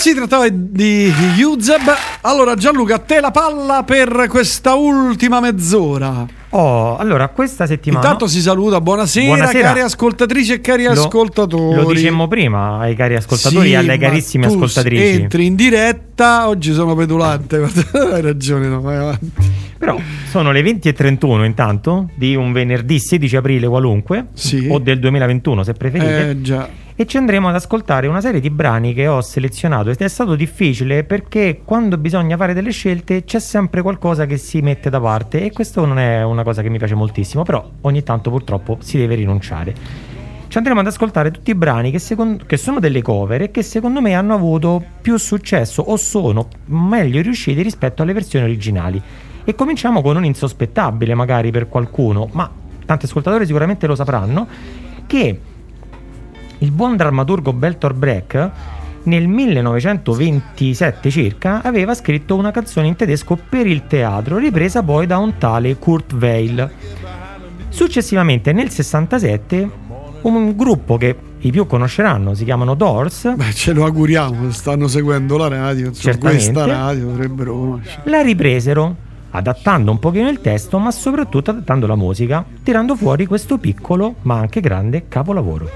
Si trattava di Yuzeb. Allora Gianluca, a te la palla per questa ultima mezz'ora. Allora questa settimana intanto si saluta, buonasera cari ascoltatrici e cari ascoltatori. Lo dicemmo prima ai cari ascoltatori e alle carissime ascoltatrici. Entri in diretta, oggi sono petulante. Hai ragione, no, vai avanti. Però sono le 20:31 intanto di un venerdì 16 aprile qualunque, o del 2021 se preferite. Già. E ci andremo ad ascoltare una serie di brani che ho selezionato. Ed è stato difficile perché quando bisogna fare delle scelte c'è sempre qualcosa che si mette da parte, e questo non è una cosa che mi piace moltissimo, però ogni tanto purtroppo si deve rinunciare. Ci andremo ad ascoltare tutti i brani che sono delle cover e che secondo me hanno avuto più successo o sono meglio riusciti rispetto alle versioni originali. E cominciamo con un insospettabile magari per qualcuno, ma tanti ascoltatori sicuramente lo sapranno, che il buon drammaturgo Bertolt Brecht nel 1927 circa aveva scritto una canzone in tedesco per il teatro, ripresa poi da un tale Kurt Weill. Successivamente nel 67 un gruppo che i più conosceranno, si chiamano Doors. Beh, ce lo auguriamo, stanno seguendo la radio, questa radio dovrebbero conoscere. La ripresero, adattando un pochino il testo, ma soprattutto adattando la musica, tirando fuori questo piccolo ma anche grande capolavoro.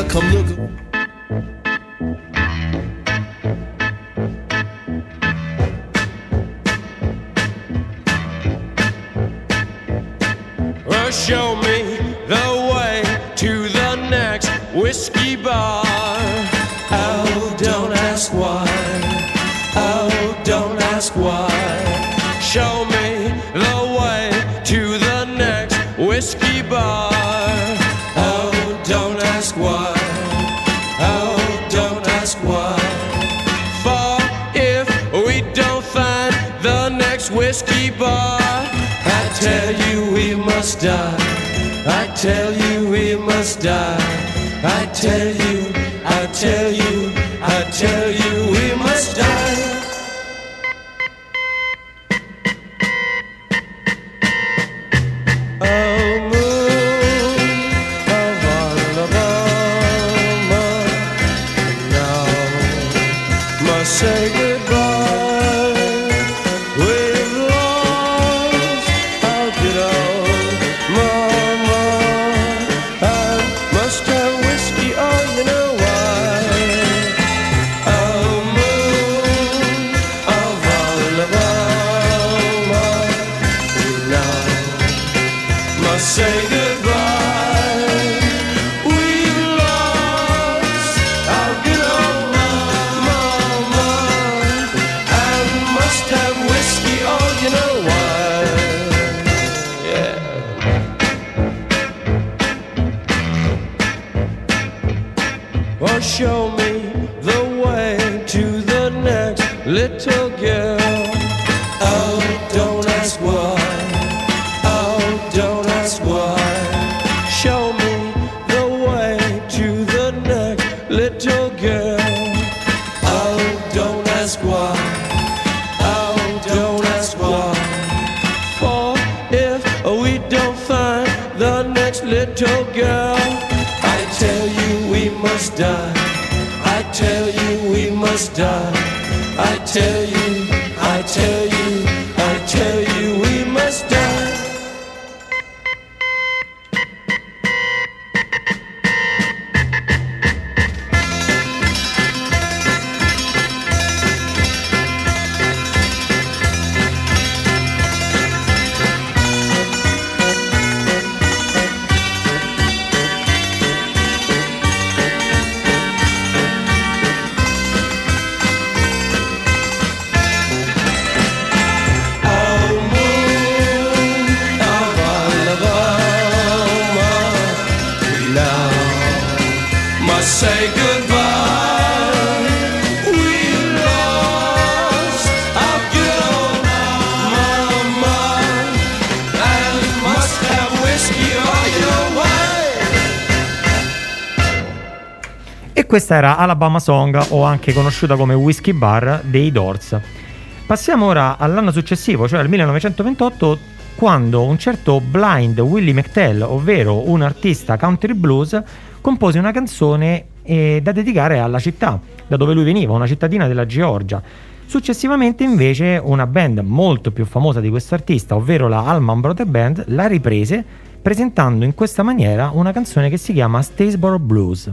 Show me the way to the next whiskey bar. Oh, don't ask why. Oh, don't ask why. Show me the way to the next whiskey bar. Oh, don't ask why. Oh, don't ask why. For if we don't find the next whiskey bar, I tell you we must die. I tell you we must die. I tell you, I tell you, I tell you we must die. Oh, moon of Alabama, now must say goodbye. We've lost our good old mama. I must have whiskey, oh, you know why. Oh, moon of Alabama, now must say goodbye. We've lost our good old mama, and must have whiskey, oh, you know why. Yeah. Or show me the way to the next little girl. Oh, don't ask why. Oh, don't ask why. Show me the way to the next little girl. Oh, don't ask why. Oh, don't ask why. For if we don't find the next little girl, I tell you we must die. I tell you we must die. I tell you, I tell you, I tell you we must die. Say goodbye. We lost our good old mama, and must have whiskey, oh, you know why. E questa era Alabama Song, o anche conosciuta come Whiskey Bar, dei Doors. Passiamo ora all'anno successivo, cioè al 1928, quando un certo Blind Willie McTell, ovvero un artista country blues, compose una canzone da dedicare alla città da dove lui veniva, una cittadina della Georgia. Successivamente invece una band molto più famosa di questo artista, ovvero la Allman Brothers Band, la riprese presentando in questa maniera una canzone che si chiama Statesboro Blues.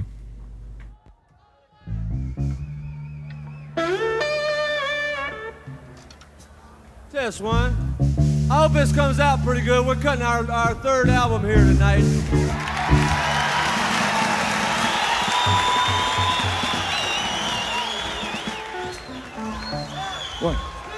Test one. I hope this comes out pretty good. We're cutting our third album here tonight. One.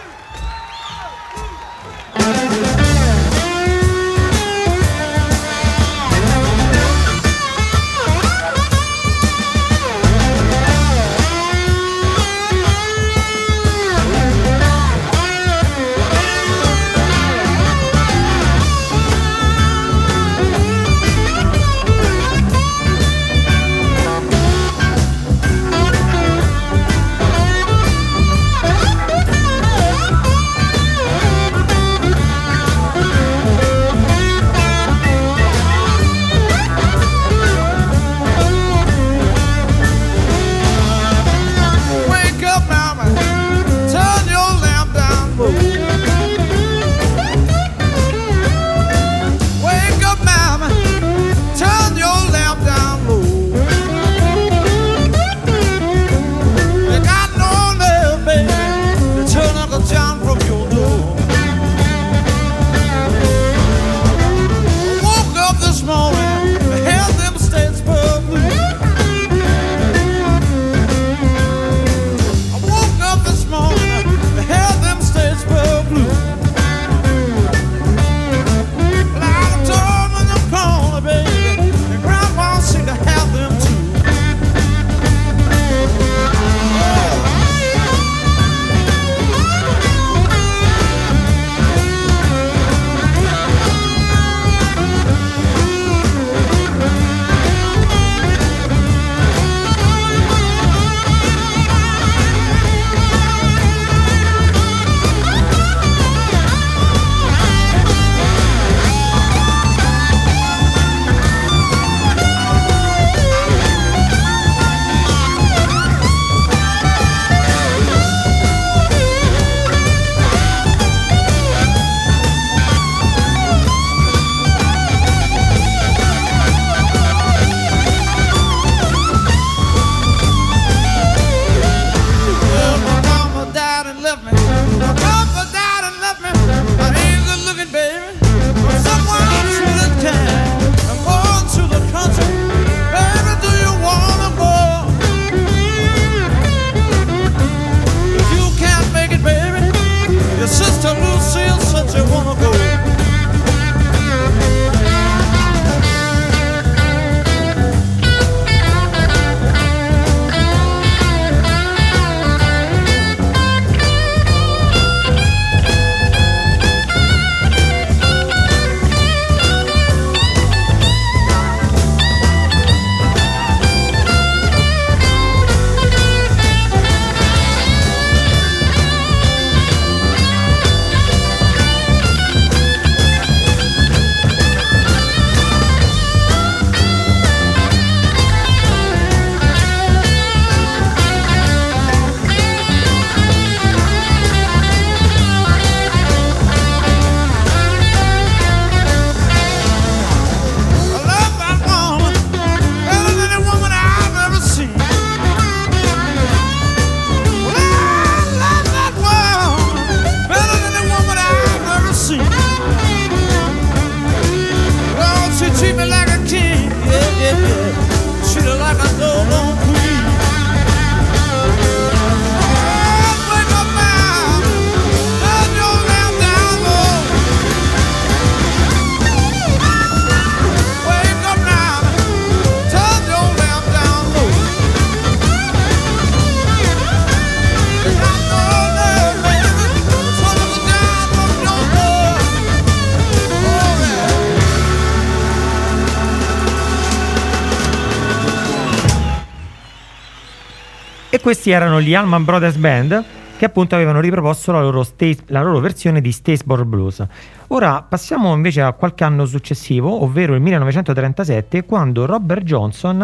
E questi erano gli Allman Brothers Band, che appunto avevano riproposto la loro versione di Statesboro Blues. Ora passiamo invece a qualche anno successivo, ovvero il 1937, quando Robert Johnson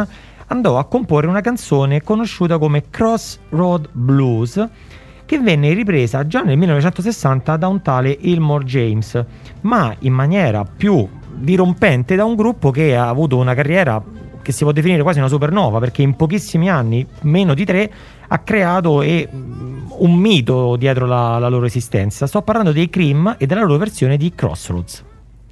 andò a comporre una canzone conosciuta come Crossroad Blues, che venne ripresa già nel 1960 da un tale Elmore James, ma in maniera più dirompente da un gruppo che ha avuto una carriera che si può definire quasi una supernova, perché in pochissimi anni, meno di 3, ha creato un mito dietro la loro esistenza. Sto parlando dei Cream e della loro versione di Crossroads.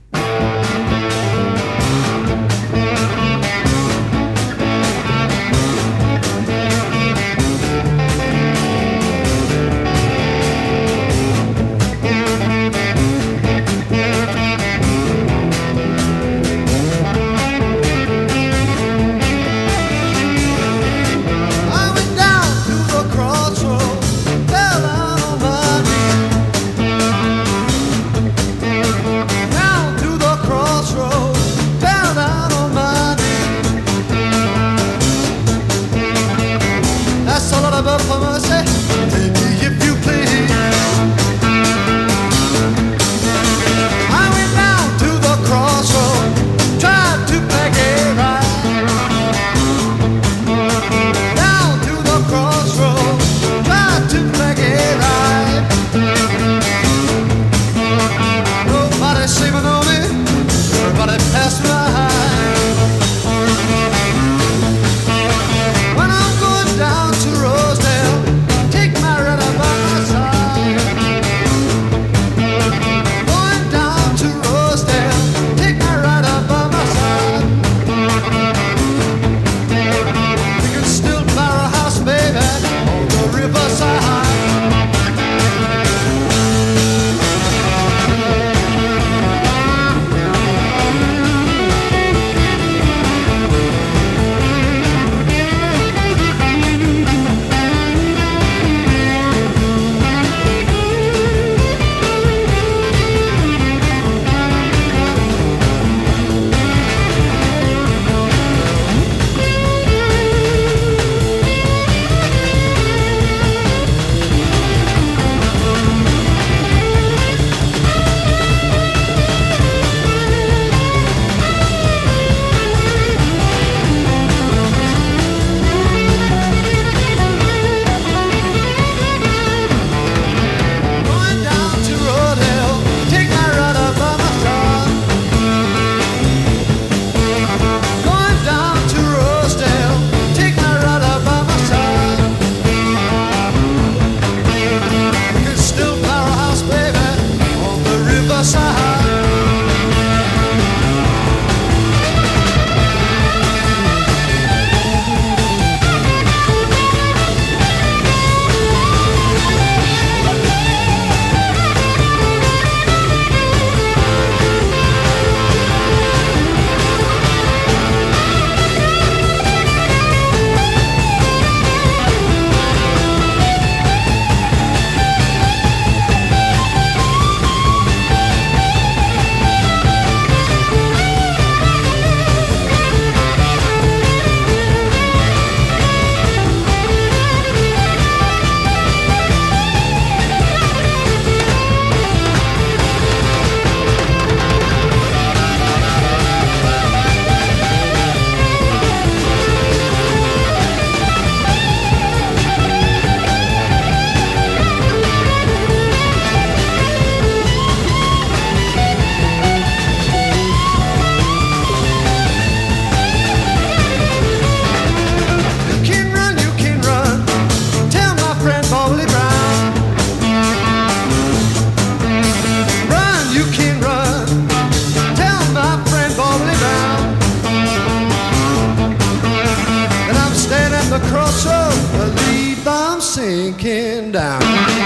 sinking down.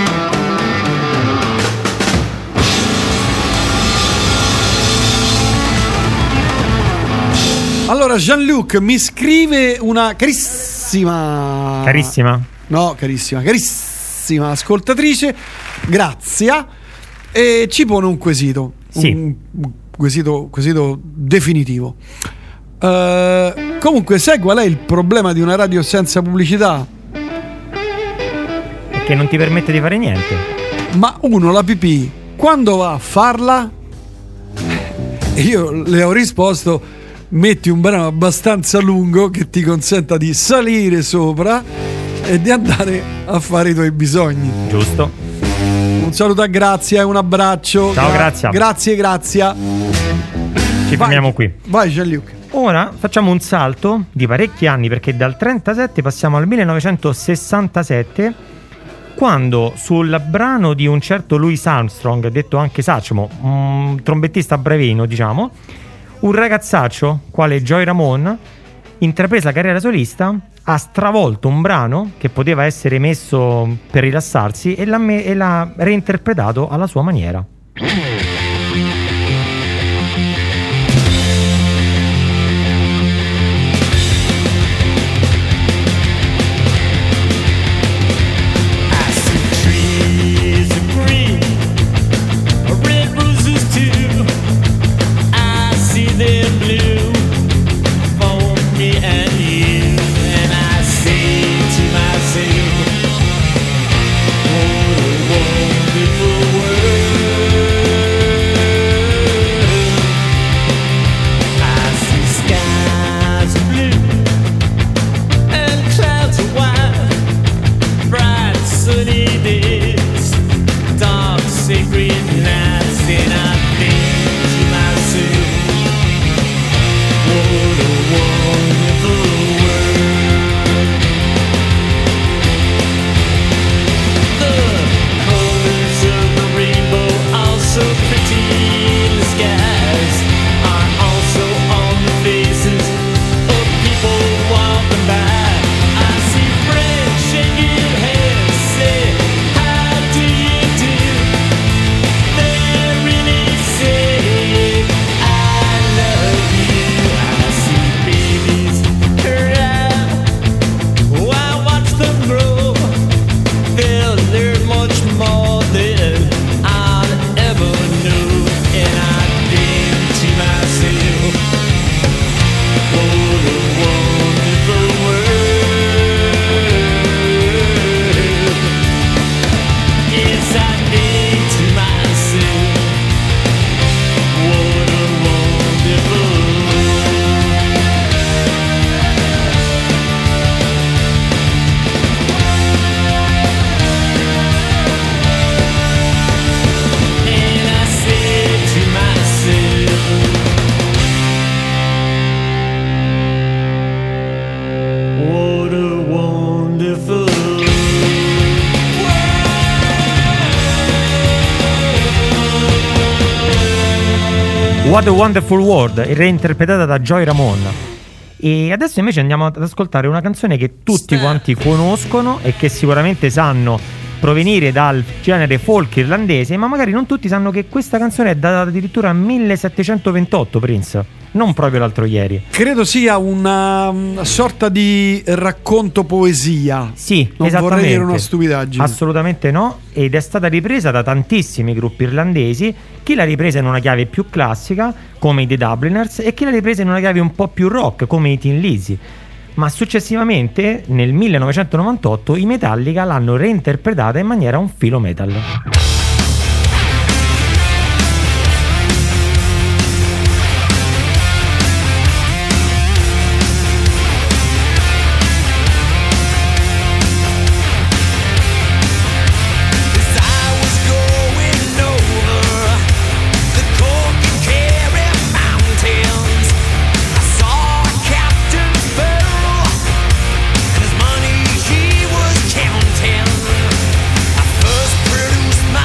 Allora Jean-Luc mi scrive una carissima ascoltatrice, Grazia, e ci pone un quesito, un quesito definitivo. Comunque, sai qual è il problema di una radio senza pubblicità? È che non ti permette di fare niente. Ma uno la pipì quando va a farla? E io le ho risposto: metti un brano abbastanza lungo che ti consenta di salire sopra e di andare a fare i tuoi bisogni. Giusto. Un saluto a Grazia e un abbraccio. Ciao Grazia. Grazia. Ci fermiamo qui. Vai Gianluca. Ora facciamo un salto di parecchi anni, perché dal 37 passiamo al 1967, quando sul brano di un certo Louis Armstrong, detto anche Satchmo, un trombettista brevino diciamo, un ragazzaccio quale Joey Ramone, intrapresa la carriera solista, ha stravolto un brano che poteva essere messo per rilassarsi e l'ha reinterpretato alla sua maniera. What a Wonderful World, reinterpretata da Joey Ramone. E adesso invece andiamo ad ascoltare una canzone che tutti quanti conoscono e che sicuramente sanno provenire dal genere folk irlandese, ma magari non tutti sanno che questa canzone è datata addirittura al 1728, Prince, non proprio l'altro ieri. Credo sia una sorta di racconto poesia. Sì, non esattamente. Vorrei dire una stupidaggine. Assolutamente no, ed è stata ripresa da tantissimi gruppi irlandesi. Chi l'ha ripresa in una chiave più classica, come i The Dubliners, e chi l'ha ripresa in una chiave un po' più rock, come i Tin Lizzy. Ma successivamente, nel 1998, i Metallica l'hanno reinterpretata in maniera un filo metal. Money he was counting. I first produced my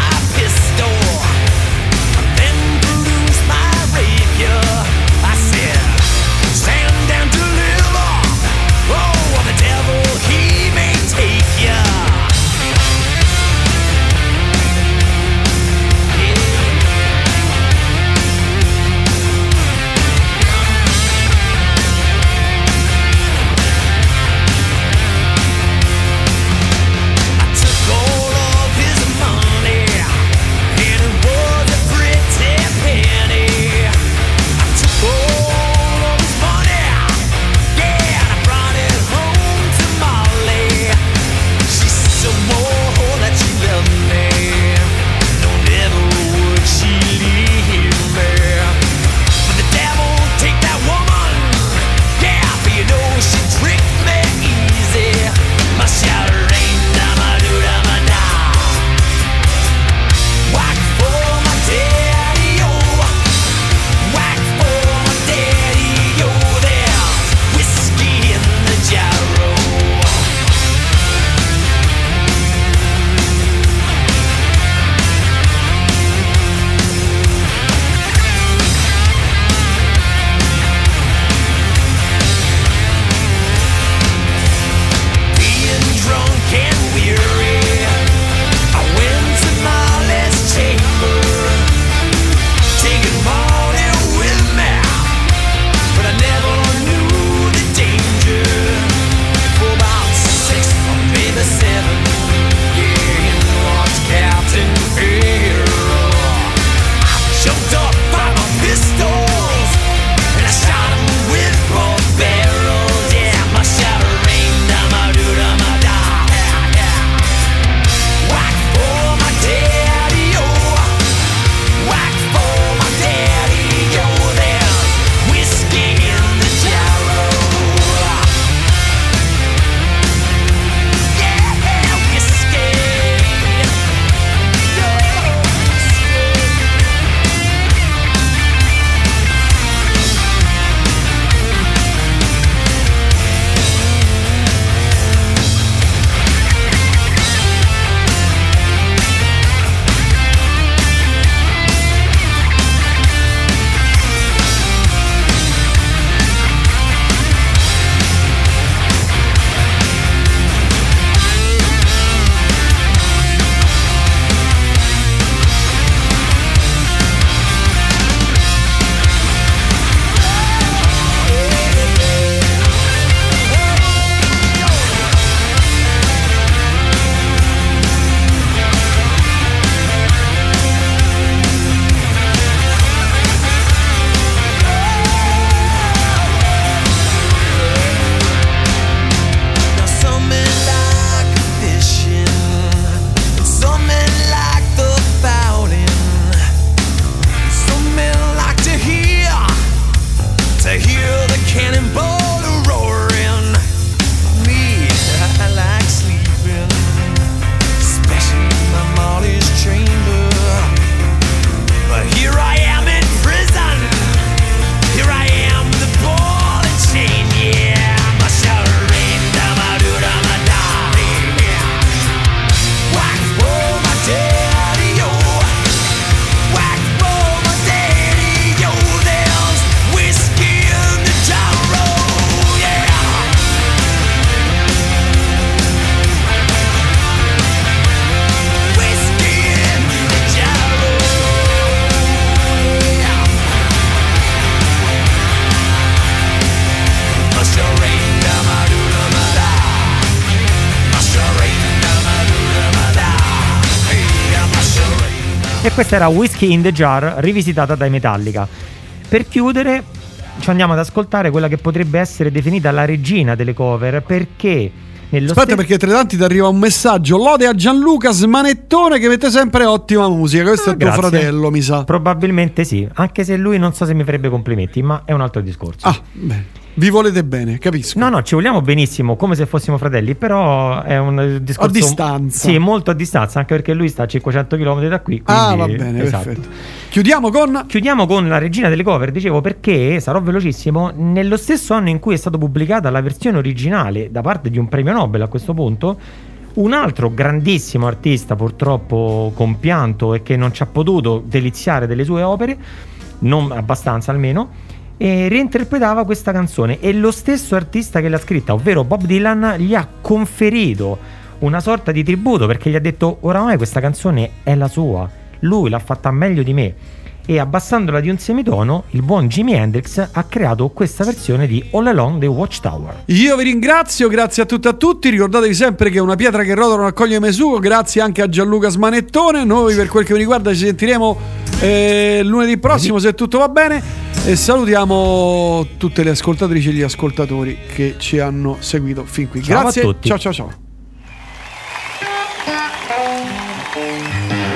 E questa era Whiskey in the Jar, rivisitata dai Metallica. Per chiudere ci andiamo ad ascoltare quella che potrebbe essere definita la regina delle cover, perché aspetta, perché tra tanti ti arriva un messaggio: lode a Gianluca Smanettone che mette sempre ottima musica. Questo è tuo fratello, mi sa. Probabilmente sì, anche se lui non so se mi farebbe complimenti, ma è un altro discorso. Beh, vi volete bene, capisco. No, ci vogliamo benissimo, come se fossimo fratelli, però è un discorso a distanza. Sì, molto a distanza, anche perché lui sta a 500 km da qui, quindi... va bene, esatto. Perfetto. Chiudiamo con la regina delle cover, dicevo, perché sarò velocissimo. Nello stesso anno in cui è stata pubblicata la versione originale da parte di un premio Nobel, a questo punto, un altro grandissimo artista, purtroppo compianto e che non ci ha potuto deliziare delle sue opere, non abbastanza almeno, e reinterpretava questa canzone, e lo stesso artista che l'ha scritta, ovvero Bob Dylan, gli ha conferito una sorta di tributo, perché gli ha detto: oramai questa canzone è la sua, lui l'ha fatta meglio di me. E abbassandola di un semitono, il buon Jimi Hendrix ha creato questa versione di All Along the Watchtower. Io vi ringrazio, grazie a tutti. Ricordatevi sempre che una pietra che rotola non accoglie mai suo. Grazie anche a Gianluca Smanettone. Noi, per quel che mi riguarda, ci sentiremo lunedì prossimo, se tutto va bene, e salutiamo tutte le ascoltatrici e gli ascoltatori che ci hanno seguito fin qui. Ciao grazie a tutti. Ciao.